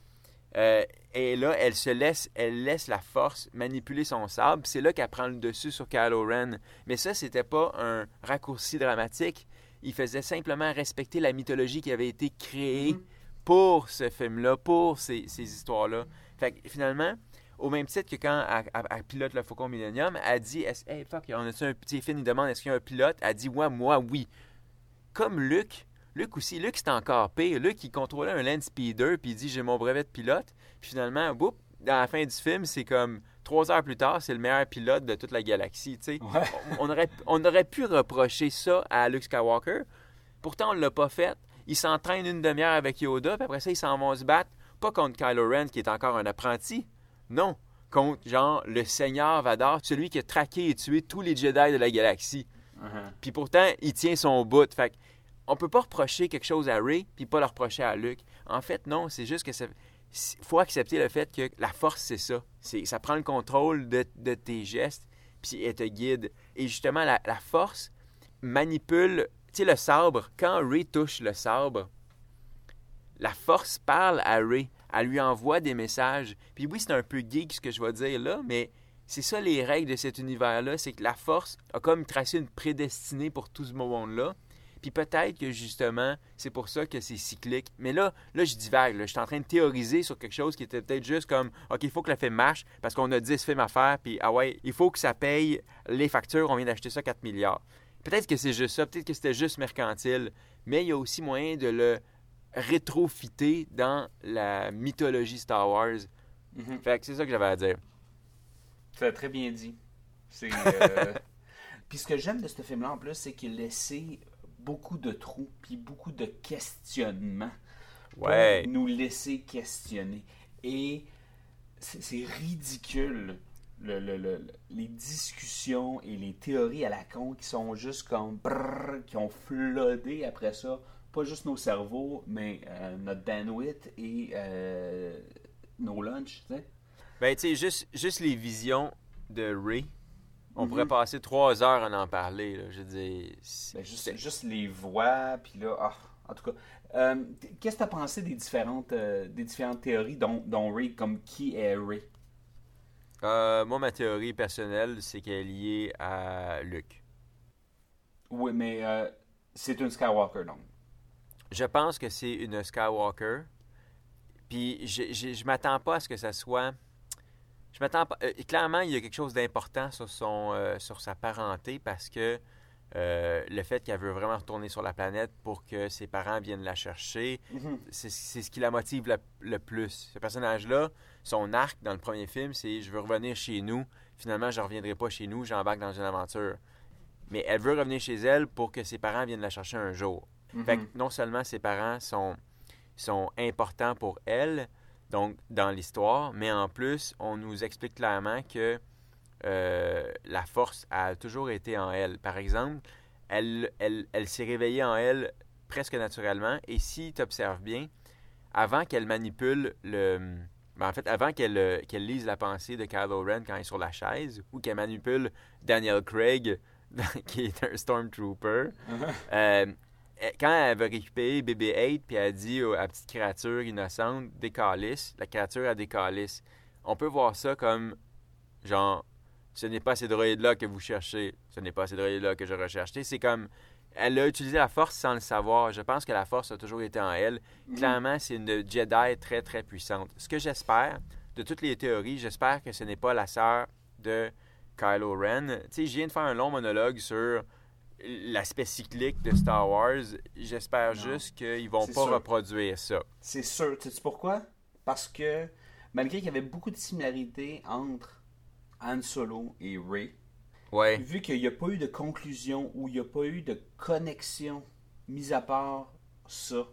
F: Et là, elle laisse la force manipuler son sabre. C'est là qu'elle prend le dessus sur Kylo Ren. Mais ça, c'était pas un raccourci dramatique. Il faisait simplement respecter la mythologie qui avait été créée pour ce film-là, pour ces histoires-là. Fait que finalement, au même titre que quand elle pilote le Faucon Millenium, elle dit « Hey, fuck, on a-tu un petit film? Il demande est-ce qu'il y a un pilote? » Elle dit « Ouais, moi, oui. » Comme Luke aussi. Luke, c'était encore pire. Luke, il contrôlait un land speeder, puis il dit « J'ai mon brevet de pilote. » Puis finalement, boum, dans la fin du film, c'est comme 3 heures plus tard, c'est le meilleur pilote de toute la galaxie. Tu sais. Ouais. On aurait pu reprocher ça à Luke Skywalker. Pourtant, on ne l'a pas fait. Il s'entraîne une demi-heure avec Yoda, puis après ça, ils s'en vont se battre. Pas contre Kylo Ren, qui est encore un apprenti. Non. Contre, genre, le Seigneur Vador, celui qui a traqué et tué tous les Jedi de la galaxie. Puis pourtant, il tient son bout. Fait que, on peut pas reprocher quelque chose à Rey, puis pas le reprocher à Luke. En fait, non, c'est juste que il faut accepter le fait que la force, c'est ça. Ça prend le contrôle de tes gestes, puis elle te guide. Et justement, la force manipule, tu sais, le sabre. Quand Rey touche le sabre, la force parle à Rey. Elle lui envoie des messages. Puis oui, c'est un peu geek ce que je vais dire là, mais c'est ça les règles de cet univers-là. C'est que la force a comme tracé une prédestinée pour tout ce monde-là. Puis peut-être que justement, c'est pour ça que c'est cyclique. Mais là je divague. Là. Je suis en train de théoriser sur quelque chose qui était peut-être juste comme OK, il faut que le film marche parce qu'on a 10 films à faire. Puis ah ouais, il faut que ça paye les factures. On vient d'acheter ça 4 milliards. Peut-être que c'est juste ça. Peut-être que c'était juste mercantile. Mais il y a aussi moyen de le rétrofiter dans la mythologie Star Wars.
E: Mhm.
F: Fait que c'est ça que j'avais à dire.
E: Tu l'as très bien dit. C'est. Puis ce que j'aime de ce film-là en plus, c'est qu'il laissait beaucoup de trous puis beaucoup de questionnements pour
F: Ouais.
E: nous laisser questionner. Et c'est ridicule les discussions et les théories à la con qui sont juste comme brrr, qui ont flotté après ça. Pas juste nos cerveaux, mais notre bandwidth et nos lunchs, tu sais.
F: Ben, tu sais, juste les visions de Rey, on
E: Mhm.
F: pourrait passer 3 heures à en parler. Là. Je veux dire,
E: Ben, juste les voix, puis là, en tout cas. Qu'est-ce que tu as pensé des différentes théories, dont Rey, comme qui est Rey?
F: moi, ma théorie personnelle, c'est qu'elle est liée à Luke.
E: Oui, mais c'est une Skywalker, donc.
F: Je pense que c'est une Skywalker. Puis je m'attends pas à ce que ça soit. Je m'attends pas. Clairement, il y a quelque chose d'important sur sa parenté parce que le fait qu'elle veut vraiment retourner sur la planète pour que ses parents viennent la chercher,
E: Mhm.
F: c'est ce qui la motive le plus. Ce personnage-là, son arc dans le premier film, c'est je veux revenir chez nous. Finalement, je ne reviendrai pas chez nous, j'embarque dans une aventure. Mais elle veut revenir chez elle pour que ses parents viennent la chercher un jour.
E: Mhm.
F: Fait que non seulement ses parents sont importants pour elle, donc dans l'histoire, mais en plus, on nous explique clairement que la force a toujours été en elle. Par exemple, elle s'est réveillée en elle presque naturellement, et si tu observes bien, avant qu'elle manipule avant qu'elle lise la pensée de Kylo Ren quand il est sur la chaise, ou qu'elle manipule Daniel Craig, qui est un Stormtrooper, quand elle va récupérer BB-8, puis elle dit à la petite créature innocente, décalisse, la créature a décalisse. On peut voir ça comme, genre, ce n'est pas ces droïdes-là que vous cherchez, ce n'est pas ces droïdes-là que je recherche. C'est comme, elle a utilisé la force sans le savoir. Je pense que la force a toujours été en elle. Clairement, c'est une Jedi très, très puissante. Ce que j'espère, de toutes les théories, j'espère que ce n'est pas la sœur de Kylo Ren. Tu sais, je viens de faire un long monologue sur l'aspect cyclique de Star Wars. J'espère juste qu'ils vont
E: C'est
F: pas
E: sûr.
F: reproduire ça.
E: C'est sûr. Tu sais pourquoi? Parce que malgré qu'il y avait beaucoup de similarités entre Han Solo et Rey,
F: Ouais.
E: vu qu'il n'y a pas eu de conclusion ou il n'y a pas eu de connexion, mis à part ça,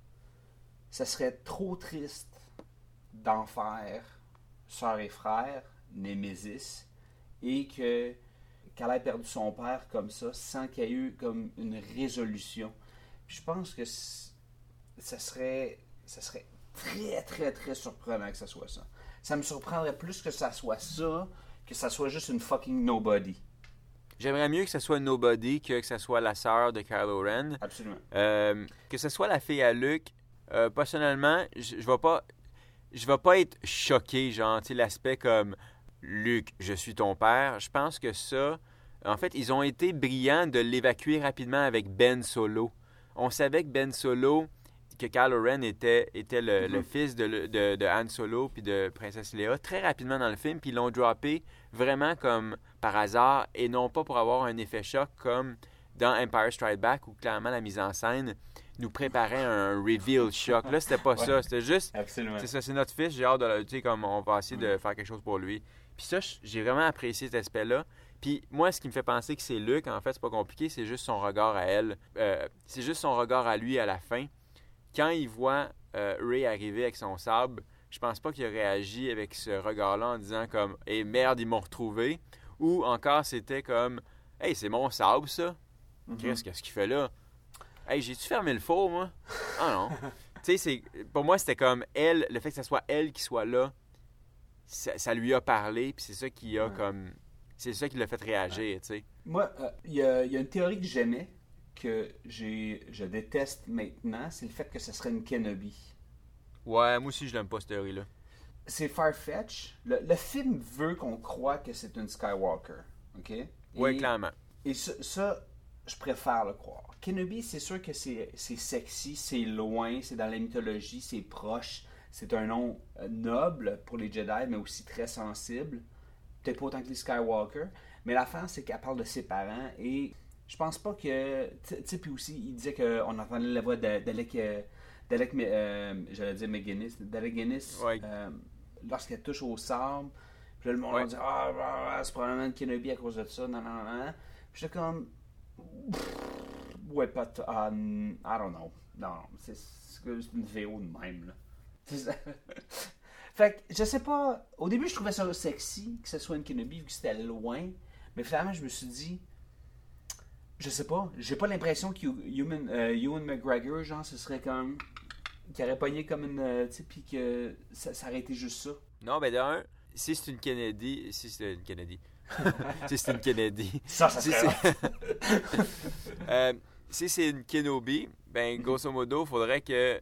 E: ça serait trop triste d'en faire sœur et frère, Némésis, et qu'elle ait perdu son père comme ça, sans qu'il y ait eu comme une résolution. Puis je pense que ça serait très, très, très surprenant que ça soit ça. Ça me surprendrait plus que ça soit ça, que ça soit juste une fucking nobody.
F: J'aimerais mieux que ce soit Nobody que ce soit la sœur de Kylo Ren.
E: Absolument.
F: Que ce soit la fille à Luke, personnellement, je vais pas être choqué, genre, tu sais, l'aspect comme Luke, je suis ton père. Je pense que ça, en fait, ils ont été brillants de l'évacuer rapidement avec Ben Solo. On savait que Ben Solo, que Kylo Ren était le fils de Han Solo puis de Princesse Leia très rapidement dans le film, puis ils l'ont droppé vraiment comme par hasard et non pas pour avoir un effet choc comme dans Empire Strikes Back où clairement la mise en scène nous préparait un reveal choc. Là, c'était pas ça, c'était juste
E: Absolument.
F: c'est ça, c'est notre fils, j'ai hâte de, tu sais, comme on va essayer de faire quelque chose pour lui. Puis ça, j'ai vraiment apprécié cet aspect-là. Puis moi, ce qui me fait penser que c'est Luke, en fait, c'est pas compliqué, c'est juste son regard à elle. C'est juste son regard à lui à la fin. Quand il voit Rey arriver avec son sabre, je pense pas qu'il a réagi avec ce regard-là en disant comme « Eh merde, ils m'ont retrouvé » ou encore c'était comme « Hey, c'est mon sabre, ça? Qu'est-ce qu'il fait là? Hey, j'ai-tu fermé le four, moi? Ah non. » Tu sais, pour moi, c'était comme elle, le fait que ce soit elle qui soit là, ça lui a parlé, puis c'est ça qui a comme... c'est ça qui l'a fait réagir, tu sais.
E: Moi, il y a une théorie que j'aimais, que je déteste maintenant, c'est le fait que ce serait une Kenobi.
F: Ouais, moi aussi, je l'aime pas, cette théorie-là.
E: C'est far-fetch. Le film veut qu'on croie que c'est une Skywalker. OK?
F: Ouais, clairement.
E: Et ça, je préfère le croire. Kenobi, c'est sûr que c'est sexy, c'est loin, c'est dans la mythologie, c'est proche. C'est un nom noble pour les Jedi, mais aussi très sensible. Peut-être pas autant que les Skywalker. Mais l'affaire, c'est qu'elle parle de ses parents et je pense pas que... Tu sais, puis aussi, il disait qu'on entendait la voix d'Alec... j'allais dire McGuinness. D'Alec Guinness.
F: Ouais.
E: Lorsqu'elle touche au sable. Puis là, le monde va dire c'est probablement une Kenobi à cause de ça. Non. Puis j'étais comme... ouais, pas... I don't know. Non, c'est une VO de même, là. Fait que, je sais pas... Au début, je trouvais ça sexy que ce soit une Kenobi vu que c'était loin. Mais finalement, je me suis dit... Je sais pas. J'ai pas l'impression que Ewan McGregor, genre, ce serait comme... Qu'il aurait pogné comme une... tu sais, puis que ça aurait été juste ça.
F: Non, ben d'un, si c'est une Kennedy... Si c'est une Kennedy... si c'est une Kennedy...
E: Ça serait...
F: si c'est une Kenobi, ben grosso modo, il faudrait que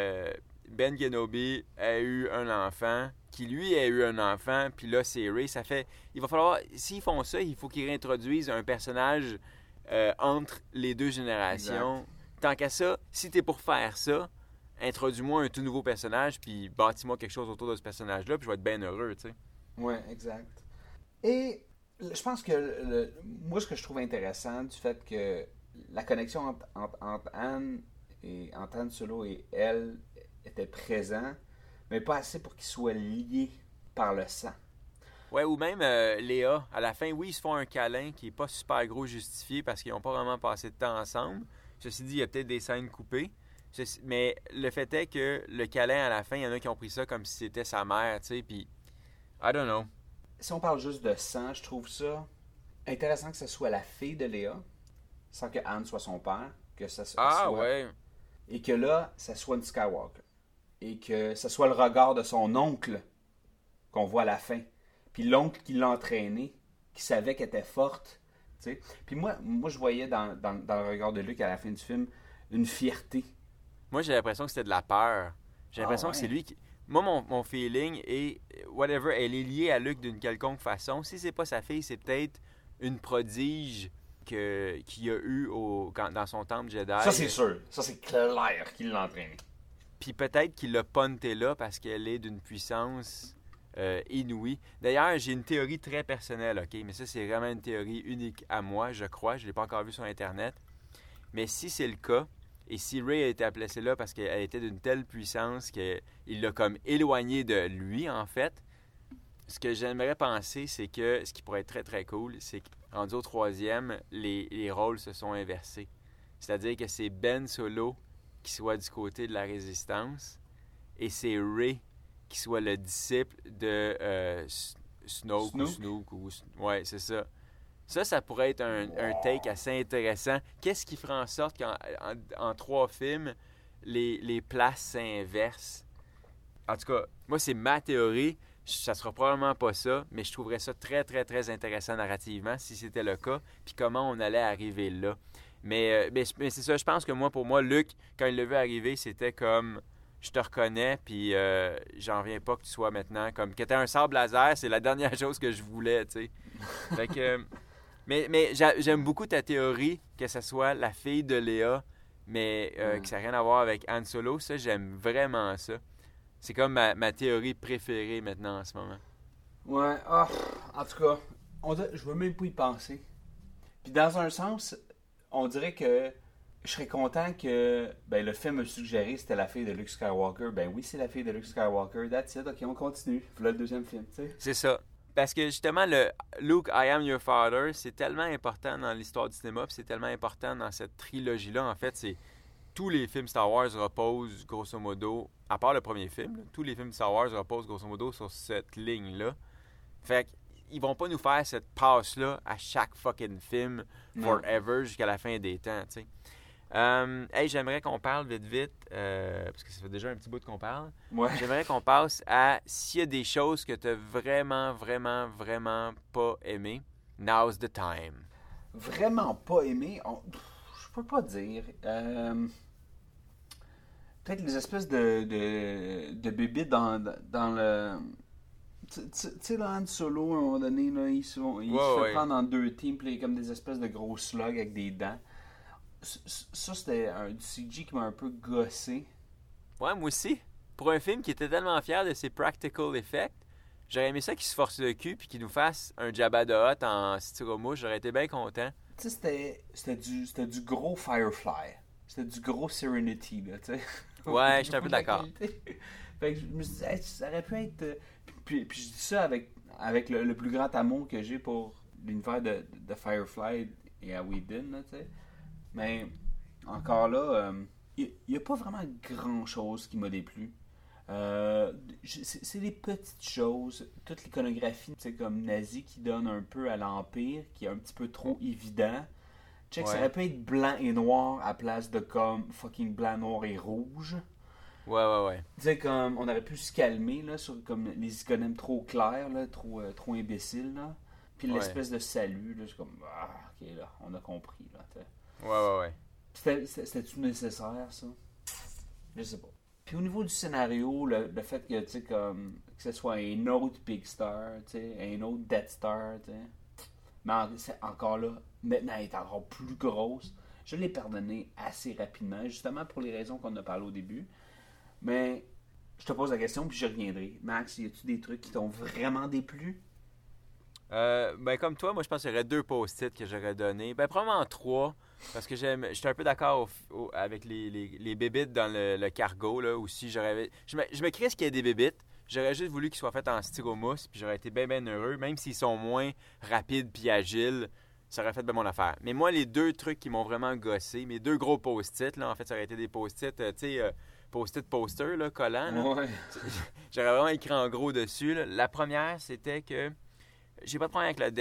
F: Ben Kenobi ait eu un enfant, qui lui ait eu un enfant, puis là, c'est Rey. Ça fait... Il va falloir... S'ils font ça, il faut qu'ils réintroduisent un personnage entre les deux générations. Exact. Tant qu'à ça, si t'es pour faire ça, introduis-moi un tout nouveau personnage, puis bâtis-moi quelque chose autour de ce personnage-là, puis je vais être bien heureux, tu sais.
E: Ouais, exact. Et je pense que moi, ce que je trouve intéressant du fait que la connexion entre Han Solo et elle était présente, mais pas assez pour qu'ils soient liés par le sang.
F: Ouais, ou même Léa, à la fin, oui, ils se font un câlin qui est pas super gros justifié parce qu'ils n'ont pas vraiment passé de temps ensemble. Ceci dit, il y a peut-être des scènes coupées. Mais le fait est que le câlin, à la fin, il y en a qui ont pris ça comme si c'était sa mère, tu sais, puis I don't know.
E: Si on parle juste de sang, je trouve ça intéressant que ce soit la fille de Léa, sans que Han soit son père, que ça soit...
F: ouais.
E: Et que là, ça soit une Skywalker. Et que ce soit le regard de son oncle qu'on voit à la fin. Puis l'oncle qui l'a entraînée, qui savait qu'elle était forte, tu sais. Puis moi, je voyais dans le regard de Luke à la fin du film une fierté.
F: Moi, j'ai l'impression que c'était de la peur. J'ai l'impression que c'est lui qui... Moi, mon feeling est... Whatever, elle est liée à Luke d'une quelconque façon. Si c'est pas sa fille, c'est peut-être une prodige qu'il a eue dans son temple Jedi.
E: Ça, c'est sûr. Ça, c'est clair qu'il l'a entraînée.
F: Puis peut-être qu'il l'a punté là parce qu'elle est d'une puissance inouïe. D'ailleurs, j'ai une théorie très personnelle, OK? Mais ça, c'est vraiment une théorie unique à moi, je crois. Je ne l'ai pas encore vue sur Internet. Mais si c'est le cas... Et si Rey a été placée là parce qu'elle était d'une telle puissance qu'il l'a comme éloignée de lui, en fait, ce que j'aimerais penser, c'est que, ce qui pourrait être très, très cool, c'est que, rendu au 3e, les rôles se sont inversés. C'est-à-dire que c'est Ben Solo qui soit du côté de la Résistance et c'est Rey qui soit le disciple de Snoke ou Snook. Ouais, c'est ça. Ça pourrait être un take assez intéressant. Qu'est-ce qui ferait en sorte qu'en 3 films, les places s'inversent? En tout cas, moi, c'est ma théorie. Ça sera probablement pas ça, mais je trouverais ça très, très, très intéressant narrativement si c'était le cas, puis comment on allait arriver là. Mais c'est ça, je pense que pour moi, Luke, quand il l'a vu arriver, c'était comme... Je te reconnais, puis j'en reviens pas que tu sois maintenant comme... Que t'aies un sabre laser, c'est la dernière chose que je voulais, tu sais. Fait que... Mais j'aime beaucoup ta théorie que ce soit la fille de Léa, mais que ça n'a rien à voir avec Han Solo. Ça, j'aime vraiment ça. C'est comme ma théorie préférée maintenant en ce moment. Ouais,
E: en tout cas, je veux même pas y penser. Puis dans un sens, on dirait que je serais content que le film me suggéré c'était la fille de Luke Skywalker. Ben oui, c'est la fille de Luke Skywalker. That's it. OK, on continue. Voilà le deuxième film, tu sais.
F: C'est ça. Parce que justement, le Luke, I am your father, c'est tellement important dans l'histoire du cinéma, puis c'est tellement important dans cette trilogie-là. En fait, c'est tous les films Star Wars reposent, grosso modo, à part le premier film, tous les films Star Wars reposent, grosso modo, sur cette ligne-là. Fait qu'ils vont pas nous faire cette passe-là à chaque fucking film, forever, jusqu'à la fin des temps, tu sais. J'aimerais qu'on parle vite, parce que ça fait déjà un petit bout qu'on parle.
E: Ouais.
F: J'aimerais qu'on passe à s'il y a des choses que tu n'as vraiment, vraiment, vraiment pas aimées. Now's the time.
E: Vraiment pas aimé. Je peux pas dire. Peut-être les espèces de bébés dans le... Tu sais, là, Han Solo, à un moment donné, là, il se fait prendre en deux teams, puis il y a comme des espèces de gros slugs avec des dents. Ça, c'était du CG qui m'a un peu gossé.
F: Ouais, moi aussi. Pour un film qui était tellement fier de ses practical effects, j'aurais aimé ça qu'il se force le cul puis qu'il nous fasse un Jabba the Hutt en styromouche. J'aurais été bien content.
E: Tu sais, c'était du gros Firefly. C'était du gros Serenity, là, tu sais.
F: Ouais, je suis un peu d'accord.
E: Fait que je me suis dit, hey, ça aurait pu être... Puis je dis ça avec le plus grand amour que j'ai pour l'univers de Firefly et à Whedon, là, tu sais. Mais, encore là, il n'y a pas vraiment grand-chose qui m'a déplu. C'est des petites choses. Toute l'iconographie, c'est comme nazi qui donne un peu à l'Empire, qui est un petit peu trop évident. Check, ça aurait pu être blanc et noir à place de comme fucking blanc, noir et rouge.
F: Ouais.
E: Tu sais, comme on aurait pu se calmer là, sur comme les iconèmes trop clairs, là, trop imbéciles. Là. Puis l'espèce de salut, là, c'est comme, ok, là, on a compris. Là, t'sais.
F: Ouais.
E: C'était-tu nécessaire, ça? Je sais pas. Puis au niveau du scénario, le fait que, tu sais, comme, que ce soit un autre Big Star, tu sais, un autre Death Star, tu sais. Mais encore là, maintenant, elle est encore plus grosse. Je l'ai pardonné assez rapidement, justement pour les raisons qu'on a parlé au début. Mais je te pose la question, puis je reviendrai. Max, y a-tu des trucs qui t'ont vraiment déplu?
F: Ben comme toi, moi je pense qu'il y aurait 2 post-it que j'aurais donné. Ben probablement 3, parce que j'étais un peu d'accord avec les bébites dans le cargo, là, aussi. Je me crisse qu'il y ait des bébites. J'aurais juste voulu qu'ils soient faits en styromousse, puis j'aurais été bien heureux. Même s'ils sont moins rapides puis agiles, ça aurait fait bien mon affaire. Mais moi, les 2 trucs qui m'ont vraiment gossé, mes 2 gros post-it, là, en fait, ça aurait été des post-it, tu sais, post-it poster, là, collant. Là.
E: Ouais.
F: J'aurais vraiment écrit en gros dessus. Là. La première, c'était que j'ai pas de problème avec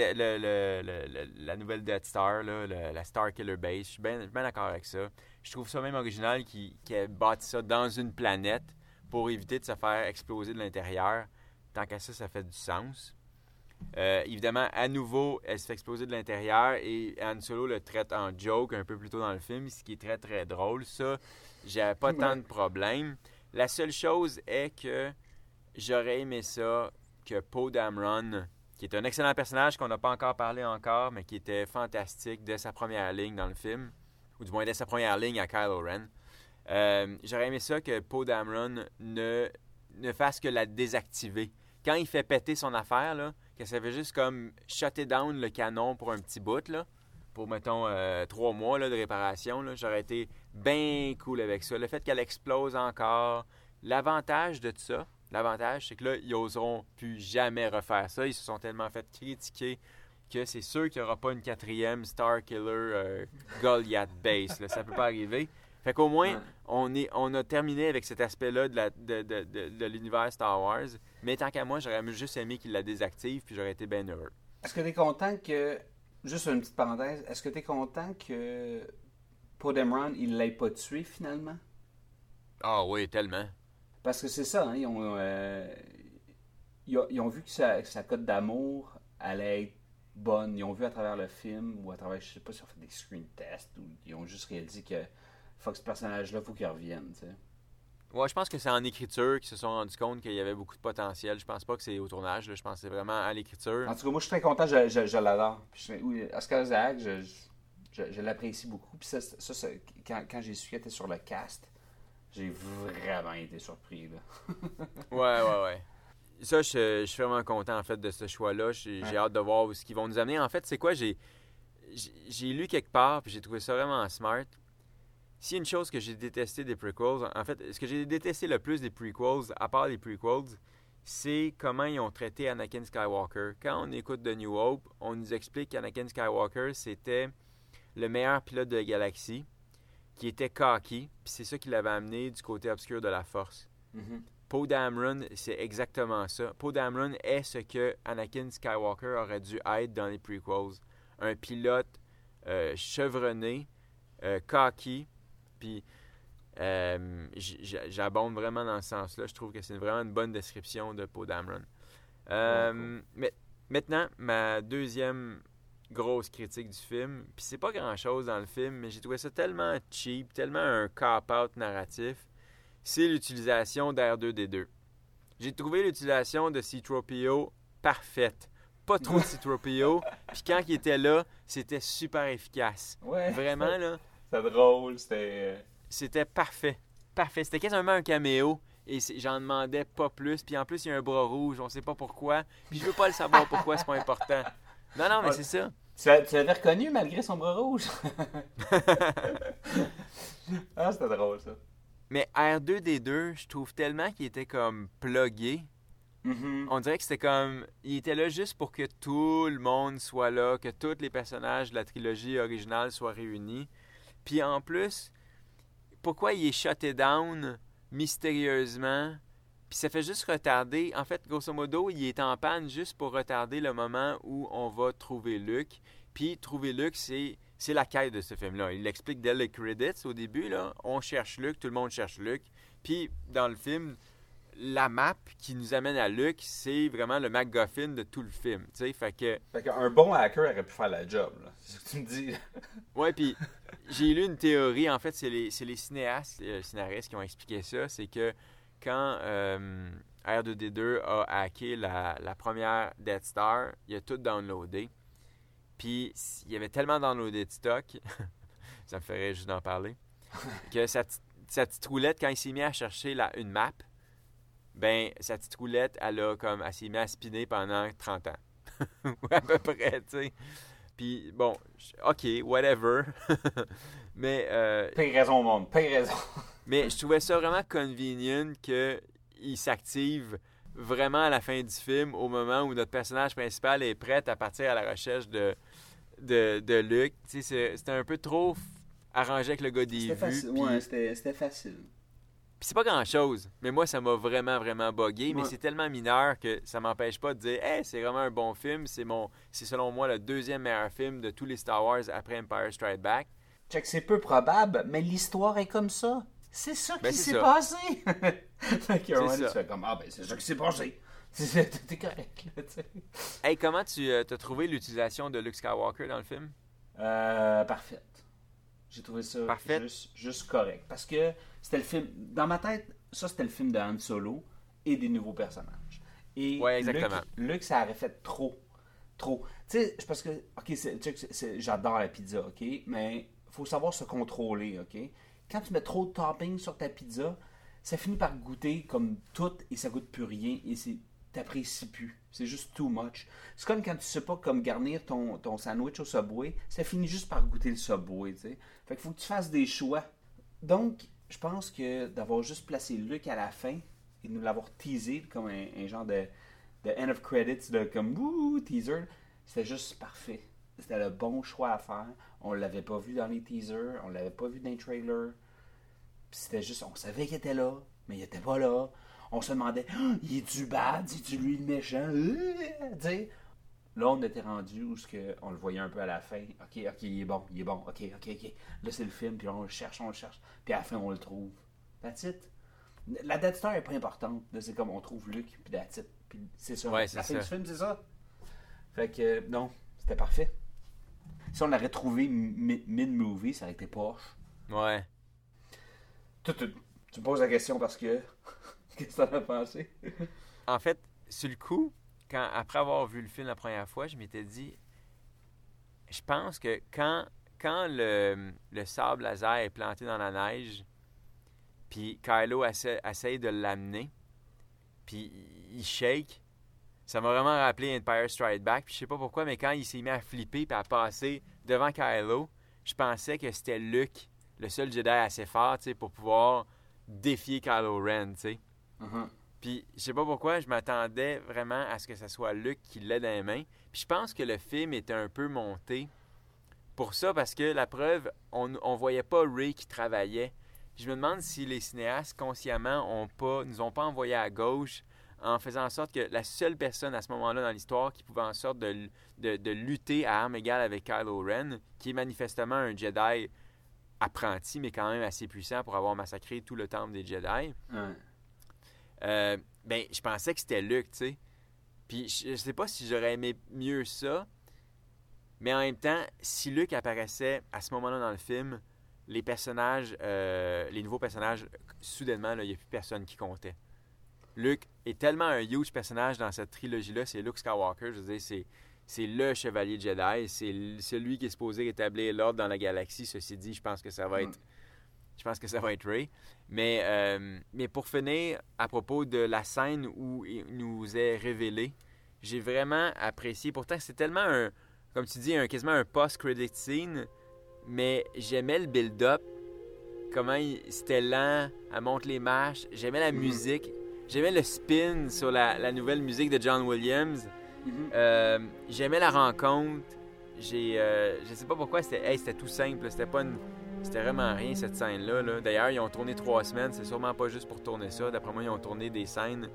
F: la nouvelle Death Star, là, la Star Killer Base. Je suis bien d'accord avec ça. Je trouve ça même original qui a bâti ça dans une planète pour éviter de se faire exploser de l'intérieur. Tant qu'à ça, ça fait du sens. Évidemment, à nouveau, elle se fait exploser de l'intérieur et Han Solo le traite en joke un peu plus tôt dans le film, ce qui est très très drôle. Ça, j'avais pas tant de problèmes. La seule chose est que j'aurais aimé ça que Poe Dameron, qui est un excellent personnage qu'on n'a pas encore parlé encore, mais qui était fantastique dès sa première ligne dans le film, ou du moins dès sa première ligne à Kylo Ren. J'aurais aimé ça que Poe Dameron ne fasse que la désactiver. Quand il fait péter son affaire, là, que ça fait juste comme shutter down le canon pour un petit bout, là, pour, mettons, 3 mois là, de réparation, là, j'aurais été bien cool avec ça. Le fait qu'elle explose encore, l'avantage de tout ça, c'est que là, ils n'oseront plus jamais refaire ça. Ils se sont tellement fait critiquer que c'est sûr qu'il n'y aura pas une 4e Star Killer Goliath Base. Là. Ça peut pas arriver. Fait qu'au moins, on a terminé avec cet aspect-là de l'univers Star Wars. Mais tant qu'à moi, j'aurais juste aimé qu'il la désactive, puis j'aurais été bien heureux.
E: Est-ce que tu es content que... Juste une petite parenthèse. Est-ce que tu es content que Poe Dameron, il ne l'ait pas tué, finalement?
F: Ah oui, tellement.
E: Parce que c'est ça, hein, ils ont vu que sa cote d'amour allait être bonne. Ils ont vu à travers le film, ou à travers, je sais pas si on fait des screen tests, ou ils ont juste réalisé que faut que ce personnage-là, faut qu'il revienne, tu sais.
F: Ouais, je pense que c'est en écriture qu'ils se sont rendus compte qu'il y avait beaucoup de potentiel. Je pense pas que c'est au tournage, là. Je pense que c'est vraiment à l'écriture.
E: En tout cas, moi, je suis très content, je l'adore. Oscar Isaac, je l'apprécie beaucoup. Puis ça quand j'ai su qu'il était sur le cast, j'ai vraiment été surpris, là.
F: Ouais. Ça, je suis vraiment content, en fait, de ce choix-là. J'ai hâte de voir où ce qu'ils vont nous amener. En fait, c'est quoi? J'ai lu quelque part, puis j'ai trouvé ça vraiment smart. S'il y a une chose que j'ai détesté des prequels, en fait, ce que j'ai détesté le plus des prequels, à part les prequels, c'est comment ils ont traité Anakin Skywalker. Quand on écoute The New Hope, on nous explique qu'Anakin Skywalker, c'était le meilleur pilote de la galaxie, qui était cocky, puis c'est ça qui l'avait amené du côté obscur de la Force.
E: Mm-hmm.
F: Poe Dameron, c'est exactement ça. Poe Dameron est ce que Anakin Skywalker aurait dû être dans les prequels. Un pilote chevronné, cocky, puis j'abonde vraiment dans ce sens-là. Je trouve que c'est vraiment une bonne description de Poe Dameron. Mais maintenant, ma deuxième grosse critique du film. Puis c'est pas grand-chose dans le film, mais j'ai trouvé ça tellement cheap, tellement un cop-out narratif. C'est l'utilisation d'R2D2. J'ai trouvé l'utilisation de C-3PO parfaite. Pas trop de C-3PO. Puis quand il était là, c'était super efficace.
E: Ouais.
F: Vraiment, là.
E: C'était drôle, c'était...
F: C'était parfait. Parfait. C'était quasiment un caméo. Et j'en demandais pas plus. Puis en plus, il y a un bras rouge. On sait pas pourquoi. Puis je veux pas le savoir pourquoi, c'est pas important. Non, mais c'est ça.
E: Tu l'avais reconnu malgré son bras rouge? Ah, c'était drôle, ça.
F: Mais R2D2, je trouve tellement qu'il était comme plugué.
E: Mm-hmm.
F: On dirait que c'était comme... Il était là juste pour que tout le monde soit là, que tous les personnages de la trilogie originale soient réunis. Puis en plus, pourquoi il est shuté down mystérieusement? Puis ça fait juste retarder... En fait, grosso modo, il est en panne juste pour retarder le moment où on va trouver Luke. Puis trouver Luke, c'est la quête de ce film-là. Il l'explique dès les credits au début, là. On cherche Luke, tout le monde cherche Luke. Puis dans le film... La map qui nous amène à Luke, c'est vraiment le MacGuffin de tout le film, tu sais, fait
E: qu'un bon hacker aurait pu faire la job, là. C'est ce que tu me dis.
F: Ouais, puis j'ai lu une théorie, en fait, c'est les cinéastes, scénaristes qui ont expliqué ça, c'est que quand R2D2 a hacké la première Death Star, il a tout downloadé, puis il y avait tellement downloadé de stock, ça me ferait juste d'en parler, que sa petite roulette, quand il s'est mis à chercher une map, ben, sa petite roulette, elle s'est mise à spinner pendant 30 ans. À peu près, tu sais. Puis, bon, OK, whatever. Mais...
E: Paye raison au monde, paye raison.
F: Mais je trouvais ça vraiment convenient qu'il s'active vraiment à la fin du film, au moment où notre personnage principal est prêt à partir à la recherche de Luke. Tu sais, c'était un peu trop arrangé avec le gars des vues.
E: Facile.
F: Puis...
E: Ouais, c'était facile.
F: Puis c'est pas grand-chose, mais moi, ça m'a vraiment, vraiment buggé. Mais
E: Ouais.
F: c'est tellement mineur que ça m'empêche pas de dire « Hey, c'est vraiment un bon film. C'est selon moi le deuxième meilleur film de tous les Star Wars après Empire Strikes Back. »
E: Check, c'est peu probable, mais l'histoire est comme ça. C'est ça qui s'est
F: ça.
E: passé. Fait que
F: C'est ça.
E: tu fais comme, ah ben c'est ça qui s'est passé. T'es correct, là, tu sais.
F: Hey, comment tu as trouvé l'utilisation de Luke Skywalker dans le film?
E: Parfaite. J'ai trouvé ça juste correct. Parce que c'était le film... Dans ma tête, ça, c'était le film de Han Solo et des nouveaux personnages. Et
F: ouais, exactement.
E: Luke, ça aurait fait trop. Tu sais, parce que... OK, j'adore la pizza, OK? Mais faut savoir se contrôler, OK? Quand tu mets trop de topping sur ta pizza, ça finit par goûter comme tout et ça goûte plus rien et t'apprécies plus. C'est juste too much. C'est comme quand tu sais pas comme garnir ton sandwich au Subway, ça finit juste par goûter le Subway, tu sais. Fait qu'il faut que tu fasses des choix. Donc, je pense que d'avoir juste placé Luke à la fin et de nous l'avoir teasé comme un genre de end of credits, de comme wouh, teaser, c'était juste parfait. C'était le bon choix à faire. On l'avait pas vu dans les teasers, on l'avait pas vu dans les trailers. Puis c'était juste, on savait qu'il était là, mais il était pas là. On se demandait, il est-tu bad? C'est-tu lui le méchant? T'sais. Là, on était rendu où on le voyait un peu à la fin. OK, il est bon. OK. Là, c'est le film, puis on le cherche. Puis à la fin, on le trouve. That's it. La Death Star est pas importante. Là, c'est comme on trouve Luke, puis that's it. Puis c'est ça.
F: Ouais, c'est
E: la fin
F: ça.
E: du film, c'est ça. Fait que, non, c'était parfait. Si on l'aurait trouvé mid-movie, ça aurait été poche.
F: Ouais.
E: Tu me poses la question parce que... Qu'est-ce que t'en as pensé?
F: En fait, sur le coup, après avoir vu le film la première fois, je m'étais dit, je pense que quand le sable laser est planté dans la neige, puis Kylo essaye de l'amener, puis il shake, ça m'a vraiment rappelé Empire Strikes Back, puis je sais pas pourquoi, mais quand il s'est mis à flipper puis à passer devant Kylo, je pensais que c'était Luke, le seul Jedi assez fort, tu sais, pour pouvoir défier Kylo Ren, tu sais.
E: Uh-huh.
F: Puis, je sais pas pourquoi, je m'attendais vraiment à ce que ce soit Luke qui l'ait dans les mains. Puis, je pense que le film était un peu monté pour ça, parce que la preuve, on voyait pas Rey qui travaillait. Je me demande si les cinéastes, consciemment, nous ont pas envoyé à gauche en faisant en sorte que la seule personne à ce moment-là dans l'histoire qui pouvait en sorte de lutter à armes égales avec Kylo Ren, qui est manifestement un Jedi apprenti, mais quand même assez puissant pour avoir massacré tout le temple des Jedi.
E: Ouais.
F: Ben, je pensais que c'était Luke, tu sais. Puis je sais pas si j'aurais aimé mieux ça, Mais en même temps, si Luke apparaissait à ce moment-là dans le film, les personnages, les nouveaux personnages, soudainement, il n'y a plus personne qui comptait. Luke est tellement un huge personnage dans cette trilogie-là, c'est Luke Skywalker, je veux dire, c'est le chevalier Jedi, c'est celui qui est supposé rétablir l'ordre dans la galaxie. Ceci dit, je pense que ça va être Rey. Mais pour finir, à propos de la scène où il nous est révélé, j'ai vraiment apprécié. Pourtant, c'est tellement comme tu dis, quasiment un post-credit scene, mais j'aimais le build-up, comment c'était lent, elle monte les marches, j'aimais la musique, j'aimais le spin sur la nouvelle musique de John Williams. J'aimais la rencontre. Je sais pas pourquoi, c'était tout simple. C'était vraiment rien cette scène-là. Là. D'ailleurs, ils ont tourné 3 semaines. C'est sûrement pas juste pour tourner ça. D'après moi, ils ont tourné des scènes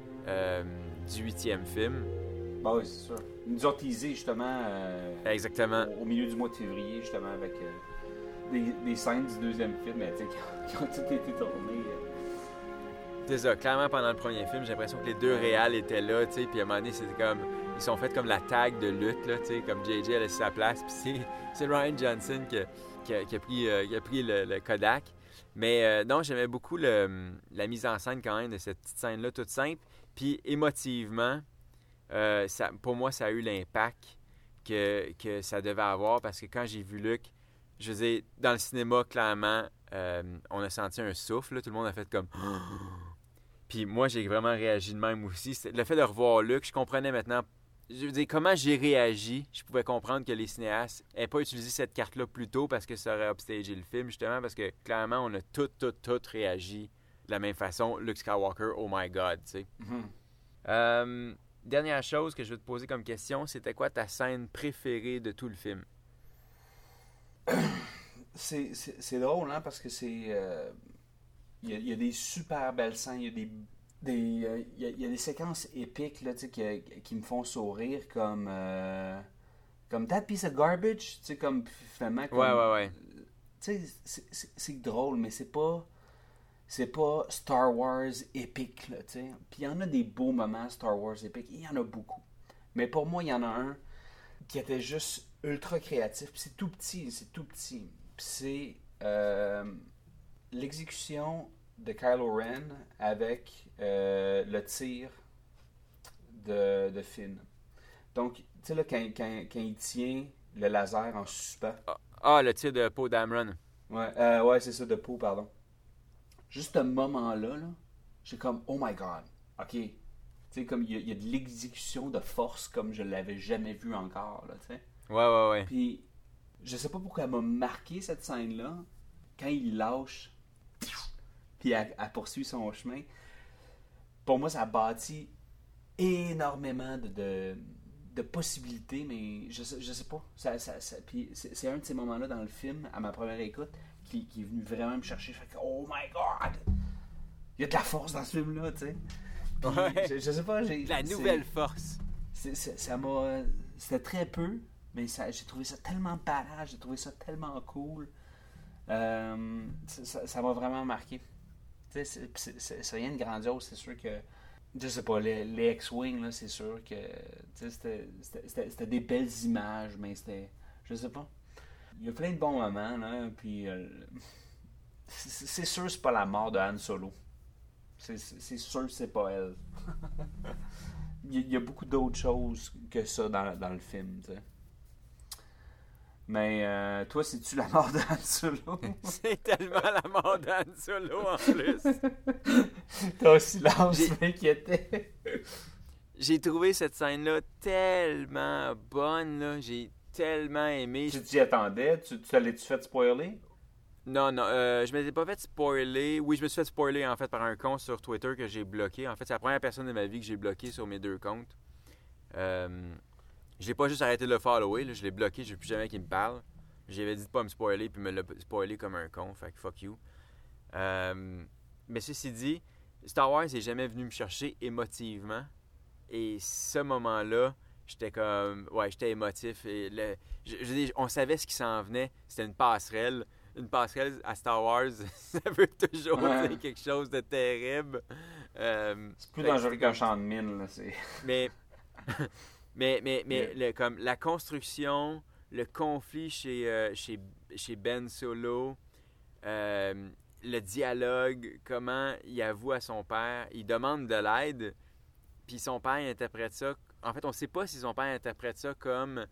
F: du 8e film.
E: Bah oui, c'est sûr. Ils nous ont teasé justement
F: exactement.
E: Au milieu du mois de février, justement, avec des scènes du 2e film qui ont toutes été tournées.
F: C'est ça, clairement pendant le premier film, j'ai l'impression que les deux réals étaient là, tu sais, puis à un moment donné, c'était comme, ils sont faits comme la tag de lutte, là, tu sais, comme JJ a laissé sa place, puis c'est Ryan Johnson qui a pris le Kodak. Mais non, j'aimais beaucoup la mise en scène quand même de cette petite scène-là, toute simple, puis émotivement, pour moi, ça a eu l'impact que ça devait avoir, parce que quand j'ai vu Luke, je veux dire, dans le cinéma, clairement, on a senti un souffle, là, tout le monde a fait comme... Puis moi, j'ai vraiment réagi de même aussi. Le fait de revoir Luke, je comprenais maintenant... Je veux dire, comment j'ai réagi, je pouvais comprendre que les cinéastes n'aient pas utilisé cette carte-là plus tôt parce que ça aurait upstagé le film, justement, parce que clairement, on a tout réagi de la même façon. Luke Skywalker, oh my God, tu sais. Dernière chose que je veux te poser comme question, c'était quoi ta scène préférée de tout le film?
E: C'est drôle, hein, parce que c'est... Il y a des super belles scènes, il y a des séquences épiques là, qui me font sourire, comme That Piece of Garbage, comme finalement... Comme,
F: ouais.
E: C'est drôle, mais c'est pas Star Wars épique, là, tu sais. Puis il y en a des beaux moments Star Wars épiques, il y en a beaucoup. Mais pour moi, il y en a un qui était juste ultra créatif, puis c'est tout petit. Puis c'est l'exécution de Kylo Ren avec le tir de Finn. Donc, tu sais, là, quand il tient le laser en suspens.
F: Le tir de Poe Dameron.
E: Ouais, c'est ça, de Poe, pardon. Juste ce moment-là, j'ai comme, oh my God, OK. Tu sais, comme il y a de l'exécution de force comme je l'avais jamais vu encore, là, tu sais.
F: Ouais.
E: Puis, je sais pas pourquoi elle m'a marqué cette scène-là. Quand il lâche, puis elle poursuit son chemin. Pour moi, ça bâtit énormément de possibilités, mais je sais pas. Puis c'est un de ces moments-là dans le film, à ma première écoute, qui est venu vraiment me chercher. Je fais que, oh my God! Il y a de la force dans ce film-là, tu sais.
F: Ouais.
E: Je sais pas,
F: la nouvelle force.
E: Ça m'a... C'était très peu, mais j'ai trouvé ça tellement badass, j'ai trouvé ça tellement cool. Ça m'a vraiment marqué. Tu sais, c'est rien de grandiose, c'est sûr que... Je sais pas, les X-Wing, là, c'est sûr que... C'était des belles images, mais c'était... Je sais pas. Il y a plein de bons moments, là, puis... c'est sûr que c'est pas la mort de Han Solo. C'est sûr que c'est pas elle. Il y a beaucoup d'autres choses que ça dans le film, tu sais. Mais toi, c'est-tu la mort de Han Solo?
F: C'est tellement la mort de Han Solo en plus.
E: Ton silence m'inquiétait.
F: J'ai trouvé cette scène-là tellement bonne, là. J'ai tellement aimé.
E: Tu t'y attendais? Tu l'as-tu fait spoiler?
F: Non, je m'étais pas fait spoiler. Oui, je me suis fait spoiler en fait par un compte sur Twitter que j'ai bloqué. En fait, c'est la première personne de ma vie que j'ai bloqué sur mes 2 comptes. Je l'ai pas juste arrêté de le follower, là, je l'ai bloqué, je veux plus jamais qu'il me parle. J'avais dit de pas me spoiler, puis me l'a spoilé comme un con, fait que fuck you. Mais ceci dit, Star Wars n'est jamais venu me chercher émotivement. Et ce moment-là, j'étais comme... Ouais, j'étais émotif. Et on savait ce qui s'en venait. C'était une passerelle. Une passerelle à Star Wars, ça veut toujours dire quelque chose de terrible.
E: C'est plus dangereux qu'un champ de mine, là.
F: Mais comme la construction le conflit chez Ben Solo, le dialogue, comment il avoue à son père, il demande de l'aide, puis son père il interprète ça. En fait, on ne sait pas si son père interprète ça comme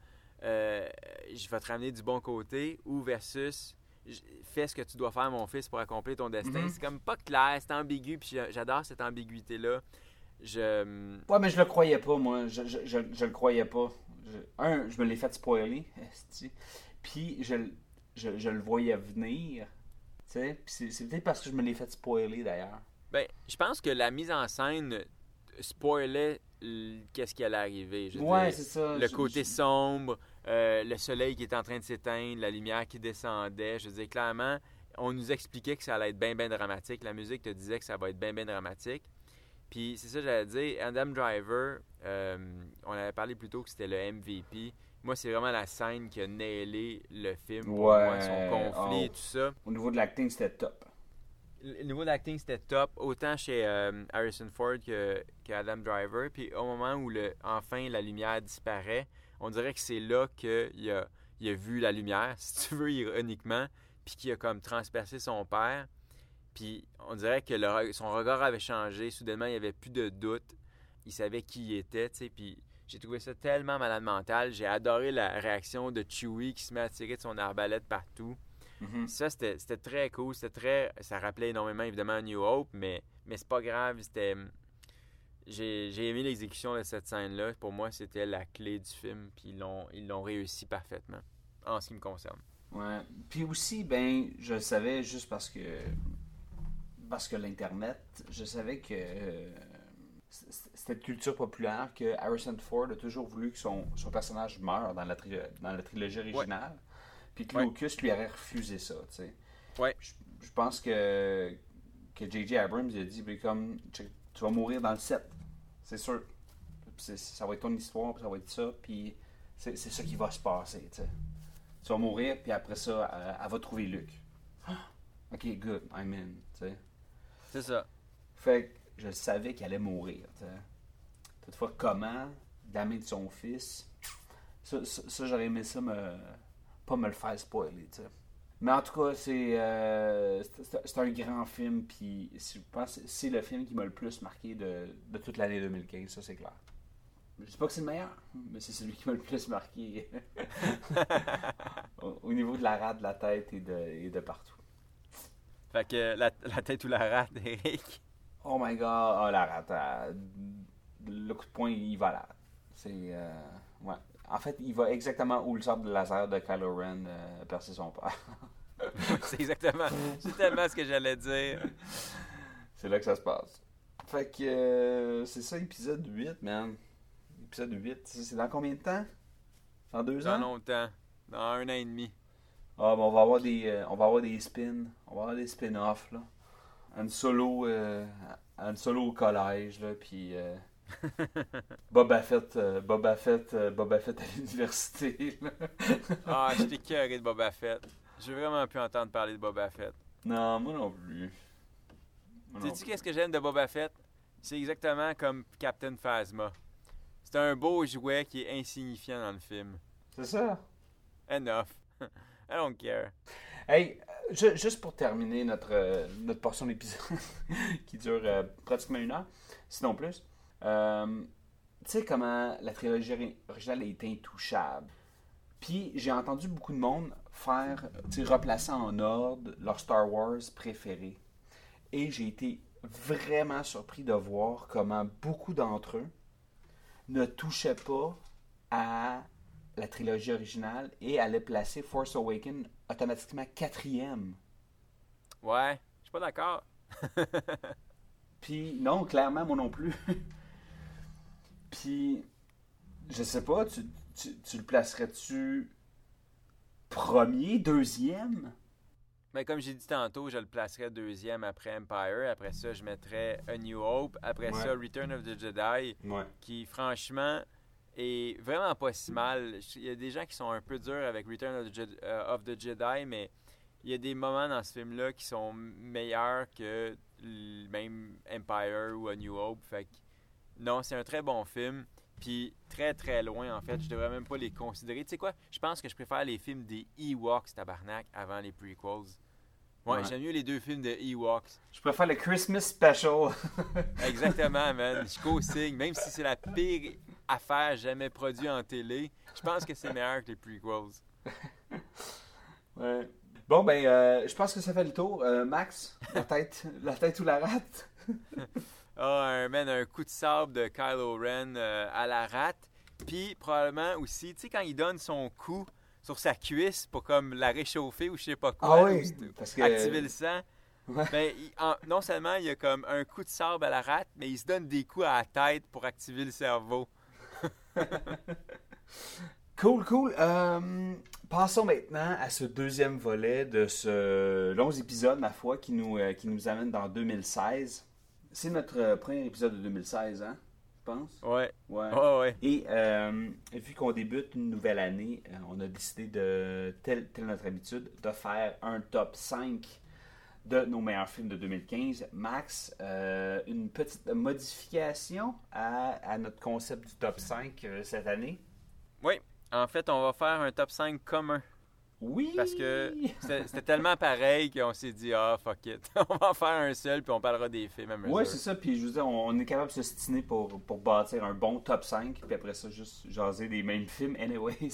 F: je vais te ramener du bon côté ou versus fais ce que tu dois faire, mon fils, pour accomplir ton destin. C'est comme pas clair, c'est ambigu, puis j'adore cette ambiguïté-là.
E: Ouais, mais je le croyais pas, moi. Je le croyais pas. Je me l'ai fait spoiler, puis je le voyais venir. Tu sais, puis c'est peut-être parce que je me l'ai fait spoiler, d'ailleurs.
F: Ben, je pense que la mise en scène spoilait qu'est-ce qui allait arriver.
E: Ouais, c'est ça.
F: Le côté sombre, le soleil qui était en train de s'éteindre, la lumière qui descendait. Je veux dire, clairement, on nous expliquait que ça allait être bien, bien dramatique. La musique te disait que ça va être bien, bien dramatique. Puis c'est ça que j'allais dire. Adam Driver, on avait parlé plus tôt que c'était le MVP. Moi, c'est vraiment la scène qui a nailé le film pour moi, son conflit et tout ça.
E: Au niveau de l'acting, c'était top.
F: Le niveau d'acting, c'était top, autant chez Harrison Ford que Adam Driver. Puis au moment où enfin la lumière disparaît, on dirait que c'est là qu'il a vu la lumière, si tu veux, ironiquement, puis qu'il a comme transpercé son père. Puis on dirait que son regard avait changé. Soudainement, il n'y avait plus de doute. Il savait qui il était, tu sais. Puis j'ai trouvé ça tellement malade mental. J'ai adoré la réaction de Chewie qui se met à tirer de son arbalète partout. Mm-hmm. Ça, c'était très cool. Ça rappelait énormément, évidemment, New Hope, mais c'est pas grave. J'ai aimé l'exécution de cette scène-là. Pour moi, c'était la clé du film. Puis ils l'ont réussi parfaitement, en ce qui me concerne.
E: Ouais. Puis aussi, ben, je le savais juste parce que l'Internet, je savais que c'était de culture populaire que Harrison Ford a toujours voulu que son personnage meure dans la trilogie originale. Ouais. Puis que Lucas lui aurait refusé ça, tu sais.
F: Ouais.
E: Je pense que J.J. Abrams il a dit, comme, tu vas mourir dans le 7, c'est sûr. Ça va être ton histoire, puis ça va être ça, puis c'est ça qui va se passer, tu sais. Tu vas mourir, puis après ça, elle va trouver Luke. OK, good, I'm in, tu sais.
F: C'est ça.
E: Fait que je savais qu'il allait mourir, tu sais. Toutefois, comment, de la main de son fils, ça j'aurais aimé ça pas me le faire spoiler, tu sais. Mais en tout cas, c'est un grand film, puis je pense que c'est le film qui m'a le plus marqué de toute l'année 2015, ça c'est clair. Je dis pas que c'est le meilleur, mais c'est celui qui m'a le plus marqué au niveau de la rate, de la tête et de partout.
F: Fait que la tête ou la rate, Eric?
E: Oh my god, la rate, le coup de poing, il va là. C'est, ouais. En fait, il va exactement où le sabre de laser de Kylo Ren percer son père.
F: C'est tellement ce que j'allais dire.
E: C'est là que ça se passe. Fait que c'est ça, épisode 8, man. Épisode 8, c'est dans combien de temps? Dans 2 ans?
F: Dans longtemps. Dans 1 an et demi.
E: Ah, ben on va avoir des spins. On va avoir des spin-offs, là. Han Solo au collège, là, puis Boba Fett à l'université, là.
F: Ah, j'étais curé de Boba Fett. J'ai vraiment pu entendre parler de Boba Fett.
E: Non, moi non plus.
F: Sais-tu qu'est-ce que j'aime de Boba Fett? C'est exactement comme Captain Phasma. C'est un beau jouet qui est insignifiant dans le film.
E: C'est ça.
F: Enough. I don't care.
E: Hey, juste pour terminer notre portion d'épisode qui dure pratiquement 1 heure, sinon plus. Tu sais comment la trilogie originale est intouchable. Puis j'ai entendu beaucoup de monde replacer en ordre leurs Star Wars préférés. Et j'ai été vraiment surpris de voir comment beaucoup d'entre eux ne touchaient pas à la trilogie originale et allaient placer Force Awakens automatiquement 4e.
F: Ouais, je suis pas d'accord.
E: Puis non, clairement, moi non plus. Puis, je sais pas, tu le placerais-tu premier, 2e?
F: Mais comme j'ai dit tantôt, je le placerais 2e après Empire. Après ça, je mettrais A New Hope. Après ça, Return of the Jedi. Ouais. Qui, franchement, est vraiment pas si mal. Il y a des gens qui sont un peu durs avec Return of the Jedi, mais il y a des moments dans ce film-là qui sont meilleurs que même Empire ou A New Hope. Fait que, non, c'est un très bon film. Puis très très loin en fait, je devrais même pas les considérer. Tu sais quoi, je pense que je préfère les films des Ewoks tabarnak avant les prequels. Ouais, j'aime mieux les 2 films de Ewoks.
E: Je préfère le Christmas Special.
F: Exactement, man. Je co-signe. Même si c'est la pire affaire jamais produite en télé, je pense que c'est meilleur que les prequels.
E: Ouais. Bon, ben, je pense que ça fait le tour. Max, la tête ou la rate?
F: Un coup de sable de Kylo Ren à la rate. Puis probablement aussi, tu sais, quand il donne son coup sur sa cuisse pour comme la réchauffer ou je sais pas quoi,
E: parce que...
F: activer le sang.
E: Ouais.
F: Ben, non seulement il y a comme un coup de sable à la rate, mais il se donne des coups à la tête pour activer le cerveau.
E: Cool. Passons maintenant à ce deuxième volet de ce long épisode, ma foi, qui nous amène dans 2016. C'est notre premier épisode de 2016, hein? Je pense.
F: Ouais.
E: Et vu qu'on débute une nouvelle année, on a décidé de, telle notre habitude, de faire un top 5 de nos meilleurs films de 2015. Max, une petite modification à notre concept du top 5 cette année?
F: Oui, en fait, on va faire un top 5 commun.
E: Oui!
F: Parce que c'était tellement pareil qu'on s'est dit, fuck it. On va en faire un seul, puis on parlera des films à mesure.
E: Oui, c'est ça. Puis je veux dire, on est capable de se stiner pour bâtir un bon top 5, puis après ça, juste jaser des mêmes films, anyways.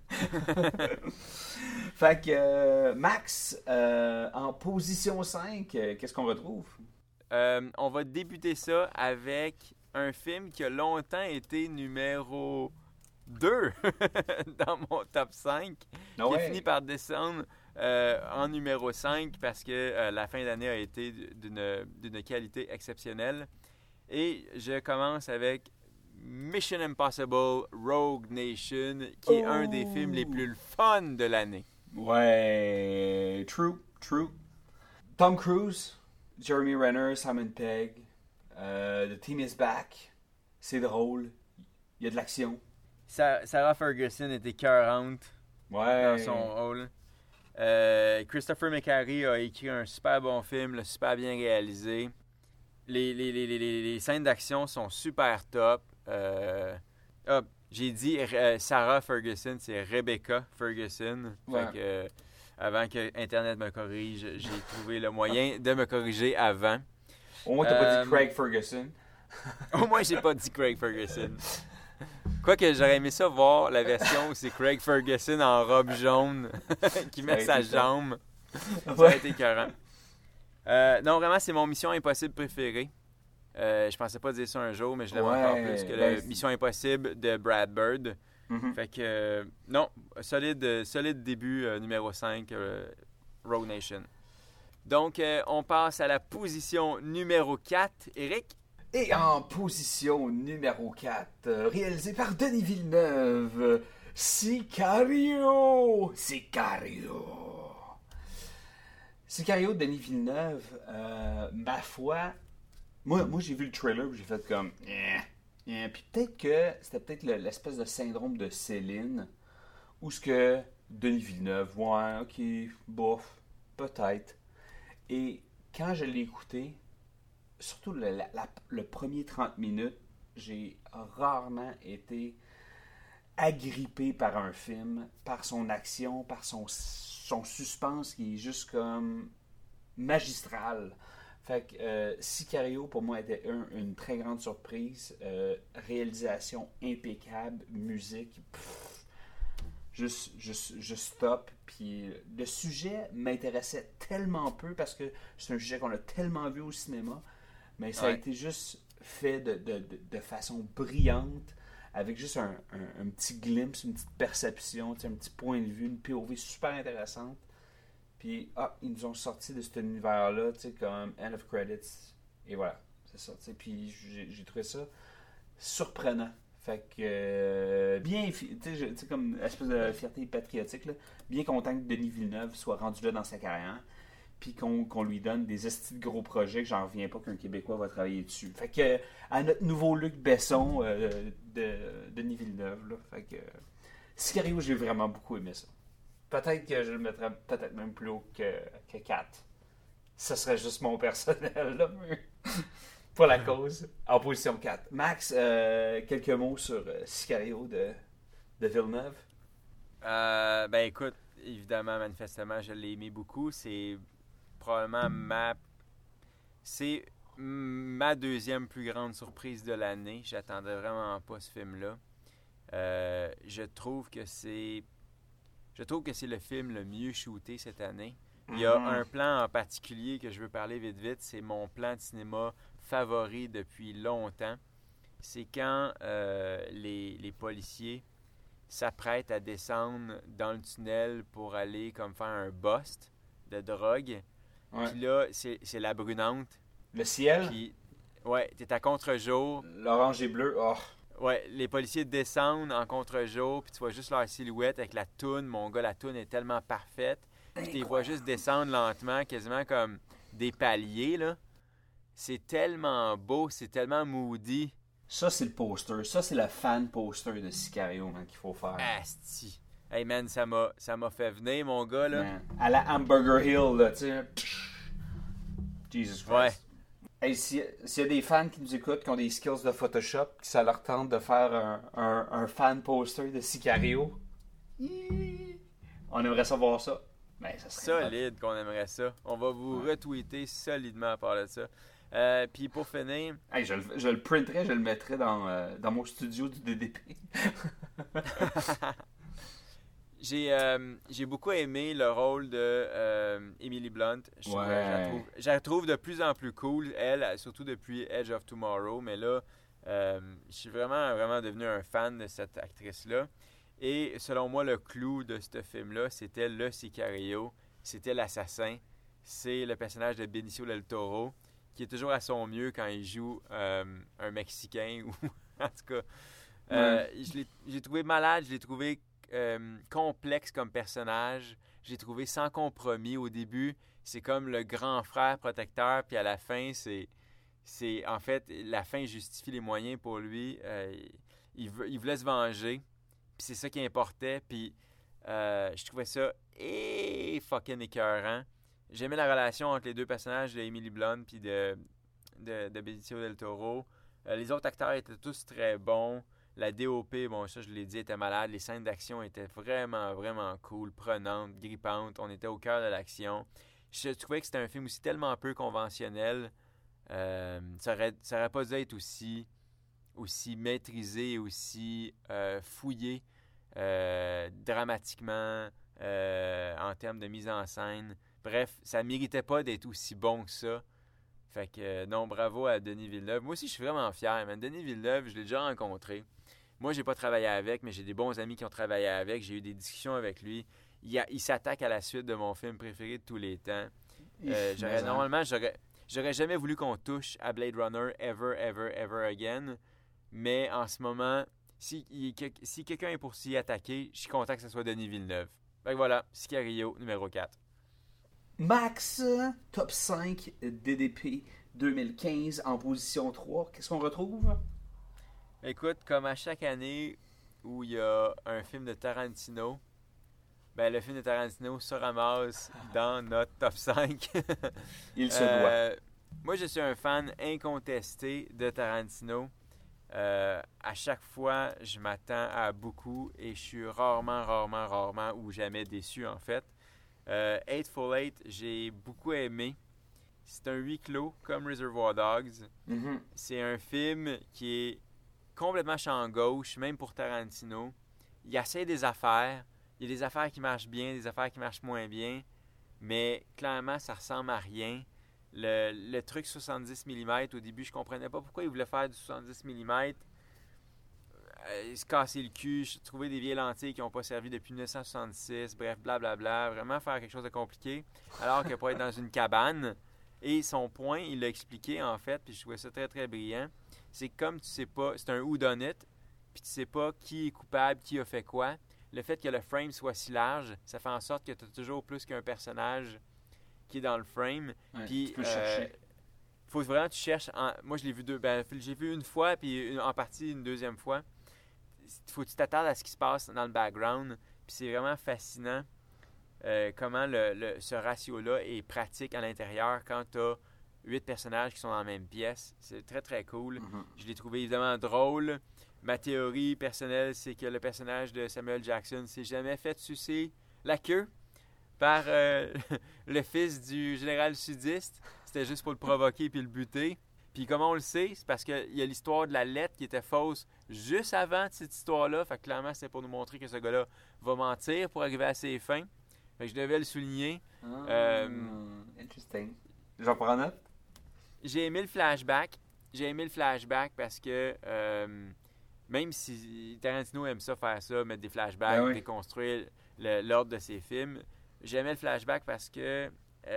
E: Fait que, Max, en position 5, qu'est-ce qu'on retrouve?
F: On va débuter ça avec un film qui a longtemps été numéro 2 dans mon top 5, qui a fini par descendre en numéro 5 parce que la fin d'année a été d'une qualité exceptionnelle. Et je commence avec Mission Impossible Rogue Nation, qui est un des films les plus fun de l'année.
E: Ouais, true. Tom Cruise, Jeremy Renner, Simon Pegg, the team is back. C'est drôle, il y a de l'action.
F: Sarah Ferguson était écœurante dans son rôle. Christopher McQuarrie a écrit un super bon film, super bien réalisé. Les scènes d'action sont super top. J'ai dit Sarah Ferguson, c'est Rebecca Ferguson.
E: Ouais.
F: Fait que, avant que Internet me corrige, j'ai trouvé le moyen de me corriger avant.
E: Au moins, t'as pas dit Craig Ferguson.
F: Au moins, j'ai pas dit Craig Ferguson. Quoique j'aurais aimé ça voir la version où c'est Craig Ferguson en robe jaune qui met sa jambe. Ça aurait été écœurant. Non, vraiment, c'est mon Mission Impossible préférée. Je pensais pas dire ça un jour, mais je l'aime encore plus que la Mission Impossible de Brad Bird. Mm-hmm. Fait que, non, solide début numéro 5, Rogue Nation. Donc, on passe à la position numéro 4. Éric?
E: Et en position numéro 4, réalisé par Denis Villeneuve, Sicario de Denis Villeneuve, ma foi, moi j'ai vu le trailer et j'ai fait comme puis peut-être que c'était l'espèce de syndrome de Céline, où ce que Denis Villeneuve, ouais, ok, bof, peut-être. Et quand je l'ai écouté, surtout le premier 30 minutes, j'ai rarement été agrippé par un film, par son action, par son suspense qui est juste comme magistral. Fait que Sicario, pour moi, était une très grande surprise. Réalisation impeccable, musique, juste top. Puis le sujet m'intéressait tellement peu parce que c'est un sujet qu'on a tellement vu au cinéma. Mais ça a été juste fait de façon brillante, avec juste un petit glimpse, une petite perception, un petit point de vue, une POV super intéressante. Puis, ils nous ont sorti de cet univers-là, comme End of Credits. Et voilà, c'est ça. Puis j'ai trouvé ça surprenant. Fait que, bien, comme une espèce de fierté patriotique, là, bien content que Denis Villeneuve soit rendu là dans sa carrière. Puis qu'on lui donne des estis de gros projets que j'en reviens pas qu'un Québécois va travailler dessus. Fait que, à notre nouveau Luc Besson de Denis Villeneuve, là, fait que, Sicario, j'ai vraiment beaucoup aimé ça. Peut-être que je le mettrais peut-être même plus haut que 4. Ce serait juste mon personnel, là. pour la cause. En position 4. Max, quelques mots sur Sicario de Villeneuve.
F: Ben écoute, évidemment, manifestement, je l'ai aimé beaucoup. C'est probablement ma deuxième plus grande surprise de l'année. J'attendais vraiment pas ce film-là. Je trouve que c'est le film le mieux shooté cette année. Il y a un plan en particulier que je veux parler vite. C'est mon plan de cinéma favori depuis longtemps. C'est quand les policiers s'apprêtent à descendre dans le tunnel pour aller comme faire un bust de drogue.
E: Ouais.
F: Puis là, c'est la brunante.
E: Le ciel,
F: Puis, ouais, t'es à contre-jour.
E: l'orange et bleu. Oh.
F: Ouais, les policiers descendent en contre-jour, puis tu vois juste leur silhouette avec la toune. Mon gars, la toune est tellement parfaite. Puis tu les vois juste descendre lentement, quasiment comme des paliers, là. C'est tellement beau, c'est tellement moody.
E: Ça, c'est le poster. Ça, c'est le fan poster de Sicario, man, qu'il faut faire.
F: Asti. Hey man, ça m'a fait venir, mon gars, là.
E: Man. À la Hamburger Hill, là, tu sais. Jesus Christ.
F: Ouais.
E: Hey, s'il y a des fans qui nous écoutent, qui ont des skills de Photoshop, que ça leur tente de faire un fan poster de Sicario, on aimerait savoir ça. Ben, ça serait
F: Solide qu'on aimerait ça. On va vous retweeter solidement à part de ça. Puis pour finir...
E: Hey, je le printerais, je le mettrais dans mon studio du DDP.
F: J'ai beaucoup aimé le rôle de Emily Blunt. Je la trouve de plus en plus cool, elle, surtout depuis Edge of Tomorrow. Mais là, je suis vraiment, vraiment devenu un fan de cette actrice-là. Et selon moi, le clou de ce film-là, c'était le Sicario. C'était l'assassin. C'est le personnage de Benicio del Toro, qui est toujours à son mieux quand il joue un Mexicain. Ou en tout cas, j'ai trouvé malade, je l'ai trouvé complexe comme personnage. J'ai trouvé sans compromis au début. C'est comme le grand frère protecteur, puis à la fin, c'est en fait, la fin justifie les moyens pour lui. Il voulait se venger, puis c'est ça qui importait. Puis je trouvais ça fucking écœurant. J'aimais la relation entre les deux personnages de Emily Blunt puis de Benicio del Toro. Les autres acteurs étaient tous très bons. La DOP, bon, ça je l'ai dit, était malade. Les scènes d'action étaient vraiment, vraiment cool, prenantes, grippantes. On était au cœur de l'action. Je trouvais que c'était un film aussi tellement peu conventionnel. Ça aurait pas dû être aussi maîtrisé, aussi fouillé dramatiquement en termes de mise en scène. Bref, ça ne méritait pas d'être aussi bon que ça. Fait que non, bravo à Denis Villeneuve. Moi aussi, je suis vraiment fier, man. Denis Villeneuve, je l'ai déjà rencontré. Moi, j'ai pas travaillé avec, mais j'ai des bons amis qui ont travaillé avec. J'ai eu des discussions avec lui. Il s'attaque à la suite de mon film préféré de tous les temps. J'aurais jamais voulu qu'on touche à Blade Runner ever again. Mais en ce moment, si quelqu'un est pour s'y attaquer, je suis content que ce soit Denis Villeneuve. Fait que voilà, Sicario numéro 4.
E: Max, top 5 DDP 2015 en position 3. Qu'est-ce qu'on retrouve?
F: Écoute, comme à chaque année où il y a un film de Tarantino, ben le film de Tarantino se ramasse dans notre top 5.
E: Il se doit.
F: Moi, je suis un fan incontesté de Tarantino. À chaque fois, je m'attends à beaucoup et je suis rarement ou jamais déçu en fait. Hateful Eight, j'ai beaucoup aimé. C'est un huis clos comme Reservoir Dogs.
E: Mm-hmm.
F: C'est un film qui est complètement champ gauche, même pour Tarantino. Il essaie des affaires. Il y a des affaires qui marchent bien, des affaires qui marchent moins bien. Mais clairement, ça ressemble à rien. Le truc 70 mm, au début, je comprenais pas pourquoi il voulait faire du 70 mm. Se casser le cul, trouver des vieilles lentilles qui n'ont pas servi depuis 1966, bref, blablabla. Vraiment faire quelque chose de compliqué, alors que pour être dans une cabane. Et son point, il l'a expliqué en fait, puis je trouvais ça très très brillant. C'est comme tu sais pas, c'est un whodunit, puis tu sais pas qui est coupable, qui a fait quoi. Le fait que le frame soit si large, ça fait en sorte que tu as toujours plus qu'un personnage qui est dans le frame.
E: Ouais,
F: puis
E: tu peux chercher.
F: Faut vraiment que tu cherches. Moi, je l'ai vu j'ai vu une fois, puis en partie une deuxième fois. Faut que tu t'attardes à ce qui se passe dans le background. Puis c'est vraiment fascinant comment ce ratio-là est pratique à l'intérieur quand tu as 8 personnages qui sont dans la même pièce. C'est très, très cool. Je l'ai trouvé évidemment drôle. Ma théorie personnelle, c'est que le personnage de Samuel Jackson s'est jamais fait sucer la queue par le fils du général sudiste. C'était juste pour le provoquer puis le buter. Puis comment on le sait? C'est parce qu'il y a l'histoire de la lettre qui était fausse juste avant cette histoire-là. Fait que clairement, c'était pour nous montrer que ce gars-là va mentir pour arriver à ses fins. Fait que je devais le souligner.
E: Interesting. J'en prends note?
F: J'ai aimé le flashback. J'ai aimé le flashback parce que même si Tarantino aime ça faire ça, mettre des flashbacks, déconstruire l'ordre de ses films, j'aimais le flashback parce que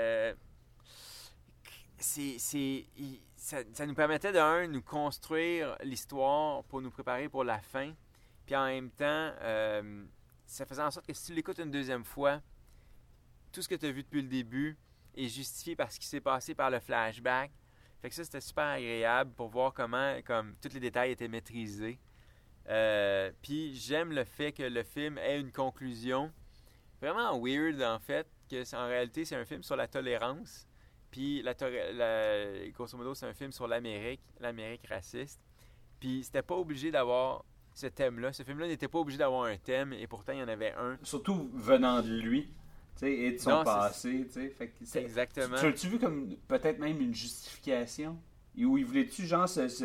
F: ça nous permettait de nous construire l'histoire pour nous préparer pour la fin. Puis en même temps, ça faisait en sorte que si tu l'écoutes une deuxième fois, tout ce que tu as vu depuis le début est justifié par ce qui s'est passé par le flashback. Fait que ça, c'était super agréable pour voir comment tous les détails étaient maîtrisés. Puis j'aime le fait que le film ait une conclusion vraiment weird, en fait, en réalité, c'est un film sur la tolérance. Puis, grosso modo, c'est un film sur l'Amérique raciste. Puis, c'était pas obligé d'avoir ce thème-là. Ce film-là n'était pas obligé d'avoir un thème, et pourtant, il y en avait un.
E: Surtout venant de lui, tu sais, et de son passé, tu sais. Fait que
F: exactement.
E: Tu l'as-tu vu comme peut-être même une justification? Où il voulait-tu, genre,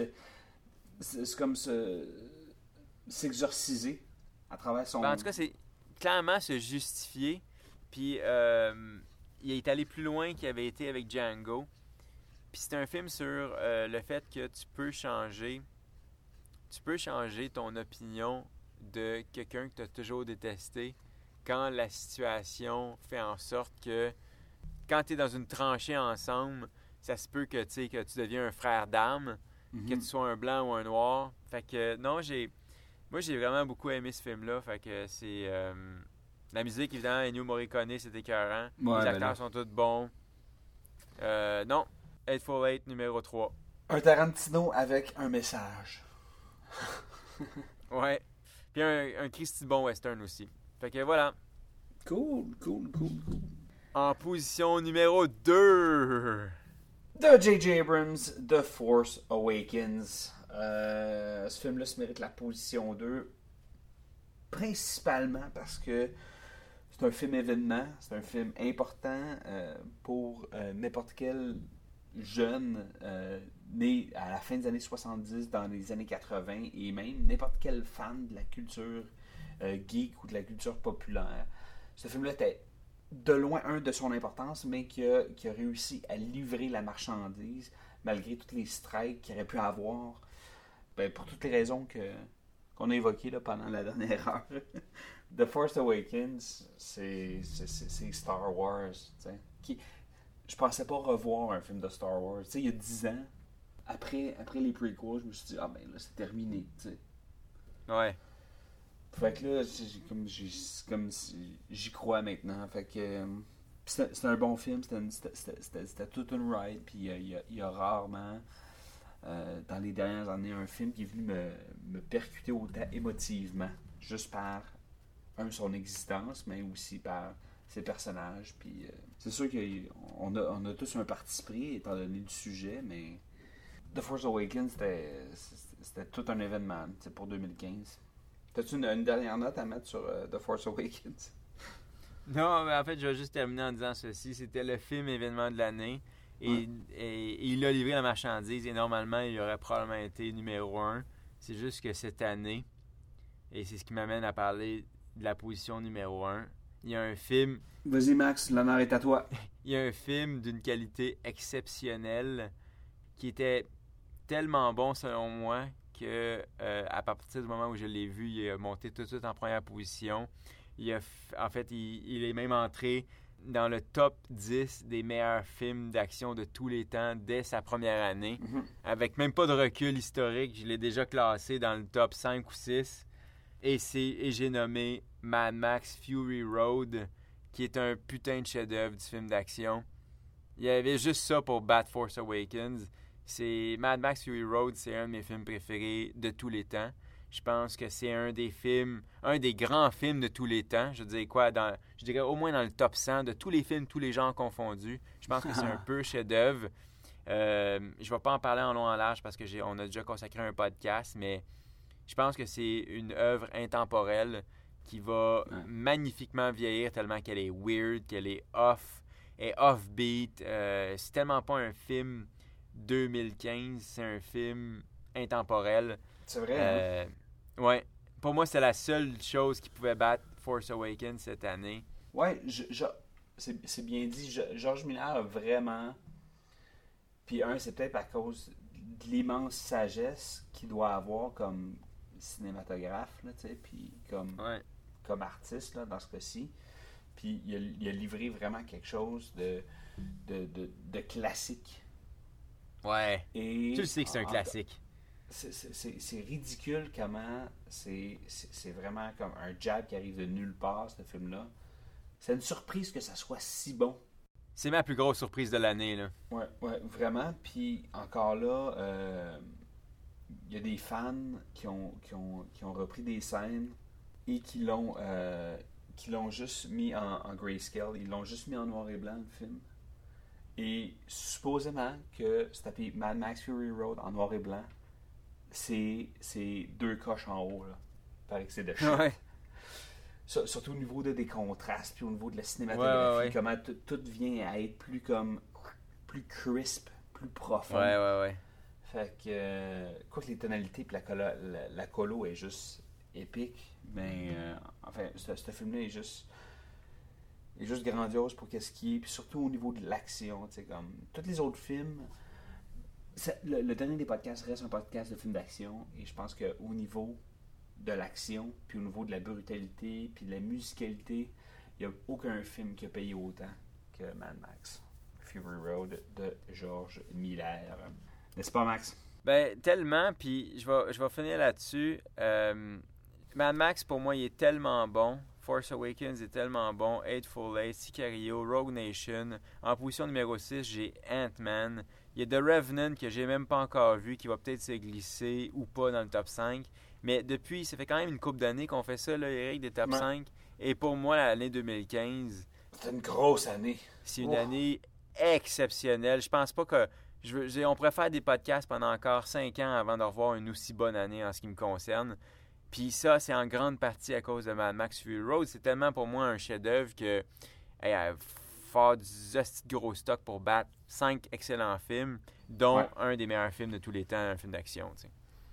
E: s'exorciser à travers son...
F: En tout cas, c'est clairement se justifier. Puis, il est allé plus loin qu'il avait été avec Django. Puis c'est un film sur le fait que tu peux changer ton opinion de quelqu'un que tu as toujours détesté quand la situation fait en sorte que quand tu es dans une tranchée ensemble, ça se peut que tu deviens un frère d'armes, que tu sois un blanc ou un noir. Fait que non, moi j'ai vraiment beaucoup aimé ce film-là. Fait que c'est... La musique, évidemment, Ennio Morricone, c'est écœurant. Les acteurs sont tous bons. Non, Hateful Eight, numéro 3.
E: Un Tarantino avec un message.
F: Ouais. Puis un Christy bon western aussi. Fait que voilà.
E: Cool.
F: En position numéro 2.
E: De J.J. Abrams, The Force Awakens. Ce film-là se mérite la position 2. Principalement parce que c'est un film événement, c'est un film important pour n'importe quel jeune né à la fin des années 70, dans les années 80, et même n'importe quel fan de la culture geek ou de la culture populaire. Ce film-là était de loin un de son importance, mais qui a réussi à livrer la marchandise malgré tous les strikes qu'il aurait pu avoir, pour toutes les raisons qu'on a évoquées là, pendant la dernière heure. The Force Awakens, c'est Star Wars. Je pensais pas revoir un film de Star Wars. Il y a 10 ans, après les prequels, je me suis dit, là, c'est terminé. T'sais.
F: Ouais.
E: Fait que là, comme si j'y crois maintenant. Fait que c'était un bon film, c'était toute une ride, puis il y a rarement, dans les dernières années, un film qui est venu me percuter autant émotivement, juste par son existence, mais aussi par ses personnages. Puis c'est sûr qu'on a tous un parti pris étant donné le sujet, mais The Force Awakens, c'était tout un événement pour 2015. T'as-tu une dernière note à mettre sur The Force Awakens?
F: Non, mais en fait, je vais juste terminer en disant ceci. C'était le film événement de l'année. Et il a livré la marchandise. Et normalement, il aurait probablement été numéro 1. C'est juste que cette année, et c'est ce qui m'amène à parler de la position numéro 1, il y a un film...
E: Vas-y Max, l'honneur est à toi.
F: Il y a un film d'une qualité exceptionnelle qui était tellement bon selon moi que à partir du moment où je l'ai vu, il a monté tout de suite en première position. Il est même entré dans le top 10 des meilleurs films d'action de tous les temps dès sa première année. Avec même pas de recul historique, je l'ai déjà classé dans le top 5 ou 6. Et j'ai nommé Mad Max Fury Road, qui est un putain de chef-d'œuvre du film d'action. Il y avait juste ça pour Bat Force Awakens. Mad Max Fury Road, c'est un de mes films préférés de tous les temps. Je pense que c'est un des grands films de tous les temps. Je dirais au moins dans le top 100 de tous les films, tous les genres confondus. Je pense que c'est un peu chef-d'œuvre. Je vais pas en parler en long en large parce qu'on a déjà consacré un podcast, mais je pense que c'est une œuvre intemporelle qui va magnifiquement vieillir tellement qu'elle est weird, qu'elle est offbeat. C'est tellement pas un film 2015, c'est un film intemporel.
E: C'est vrai,
F: Ouais. Pour moi, c'est la seule chose qui pouvait battre Force Awakens cette année.
E: Ouais, c'est bien dit. George Miller a vraiment... Puis c'est peut-être à cause de l'immense sagesse qu'il doit avoir comme cinématographe, là, tu sais, puis comme artiste, là, dans ce cas-ci. Puis il a livré vraiment quelque chose de classique.
F: Ouais.
E: Et
F: tu le sais que c'est un classique.
E: C'est ridicule comment c'est vraiment comme un jab qui arrive de nulle part, ce film-là. C'est une surprise que ça soit si bon.
F: C'est ma plus grosse surprise de l'année, là.
E: Ouais, vraiment. Puis encore là, il y a des fans qui ont repris des scènes et qui l'ont juste mis en grayscale. Ils l'ont juste mis en noir et blanc, le film. Et supposément que se taper Mad Max Fury Road en noir et blanc, c'est 2 coches en haut, là. Il paraît que c'est de shit.
F: Ouais.
E: Surtout au niveau des contrastes, puis au niveau de la cinématographie,
F: ouais.
E: comment tout vient à être plus crisp, plus profond.
F: Ouais.
E: Fait que, quoi que les tonalités puis la colo est juste épique, mais enfin, ce film-là est juste grandiose pour qu'est-ce qui est, puis surtout au niveau de l'action, tu sais, comme tous les autres films. Le dernier des podcasts reste un podcast de films d'action, et je pense qu'au niveau de l'action, puis au niveau de la brutalité, puis de la musicalité, il n'y a aucun film qui a payé autant que Mad Max Fury Road de George Miller. N'est-ce pas, Max?
F: Ben, tellement, puis je vais finir là-dessus. Mad Max, pour moi, il est tellement bon. Force Awakens est tellement bon. Hateful Eight, Sicario, Rogue Nation. En position numéro 6, j'ai Ant-Man. Il y a The Revenant que j'ai même pas encore vu, qui va peut-être se glisser ou pas dans le top 5. Mais depuis, ça fait quand même une couple d'années qu'on fait ça, là, Eric, des top 5. Et pour moi, l'année 2015...
E: C'est une grosse année.
F: C'est une année exceptionnelle. Je pense pas que... on pourrait faire des podcasts pendant encore 5 ans avant de revoir une aussi bonne année en ce qui me concerne. Puis ça, c'est en grande partie à cause de Mad Max Fury Road. C'est tellement pour moi un chef-d'œuvre que... faire du gros stock pour battre 5 excellents films, dont un des meilleurs films de tous les temps, un film d'action, tu sais.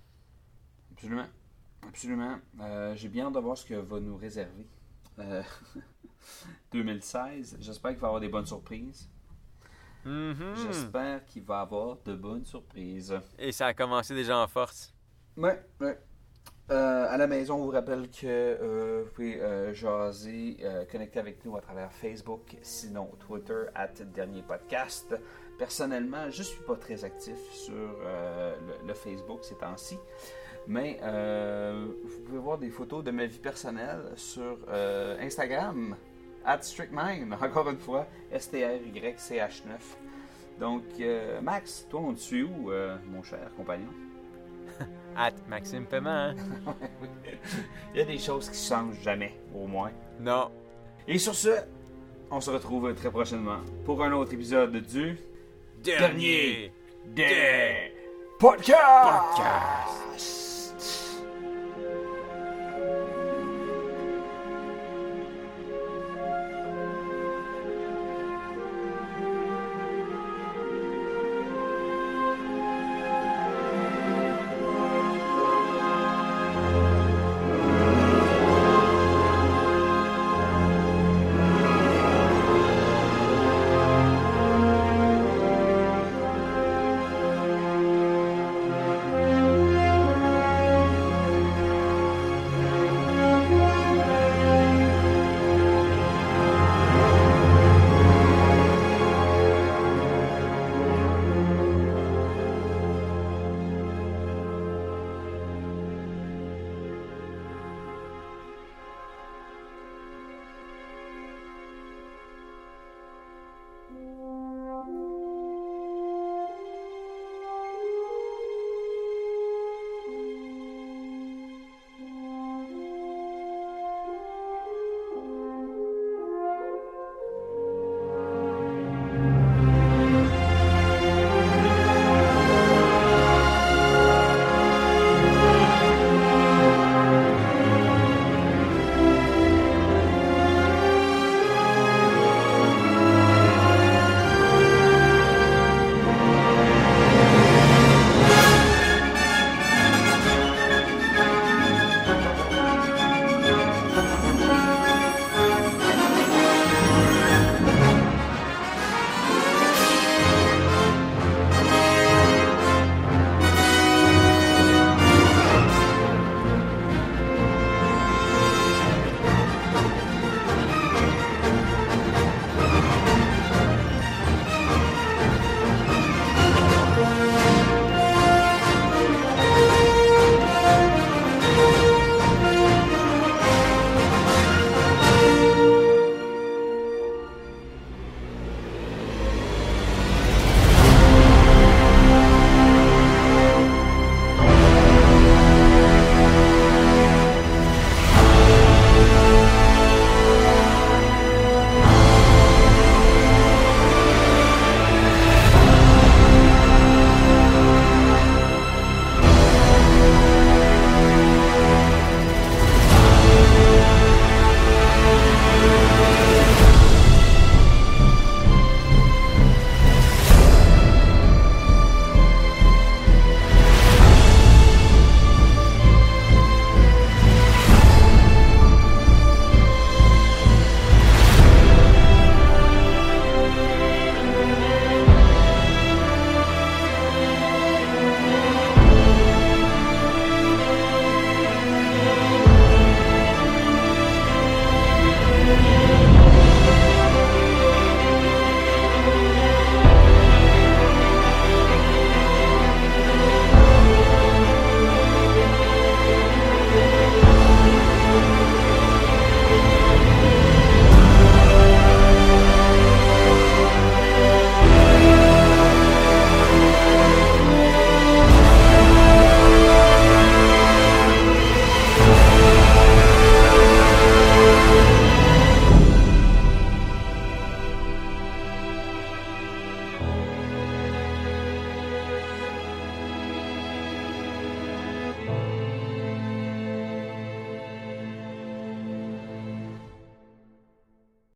E: Absolument. J'ai bien hâte de voir ce que va nous réserver 2016. J'espère qu'il va y avoir des bonnes surprises. J'espère qu'il va y avoir de bonnes surprises.
F: Et ça a commencé déjà en force.
E: Ouais. À la maison, on vous rappelle que vous pouvez jaser, connecter avec nous à travers Facebook, sinon Twitter, @dernierpodcast. Personnellement, je ne suis pas très actif sur le Facebook ces temps-ci, mais vous pouvez voir des photos de ma vie personnelle sur Instagram, @strictmind, encore une fois, STRYCH9. Donc, Max, toi, on te suit où, mon cher compagnon?
F: @Maxime Paiement, hein?
E: Il y a des choses qui ne changent jamais, au moins.
F: Non.
E: Et sur ce, on se retrouve très prochainement pour un autre épisode du
F: Dernier
E: des podcasts!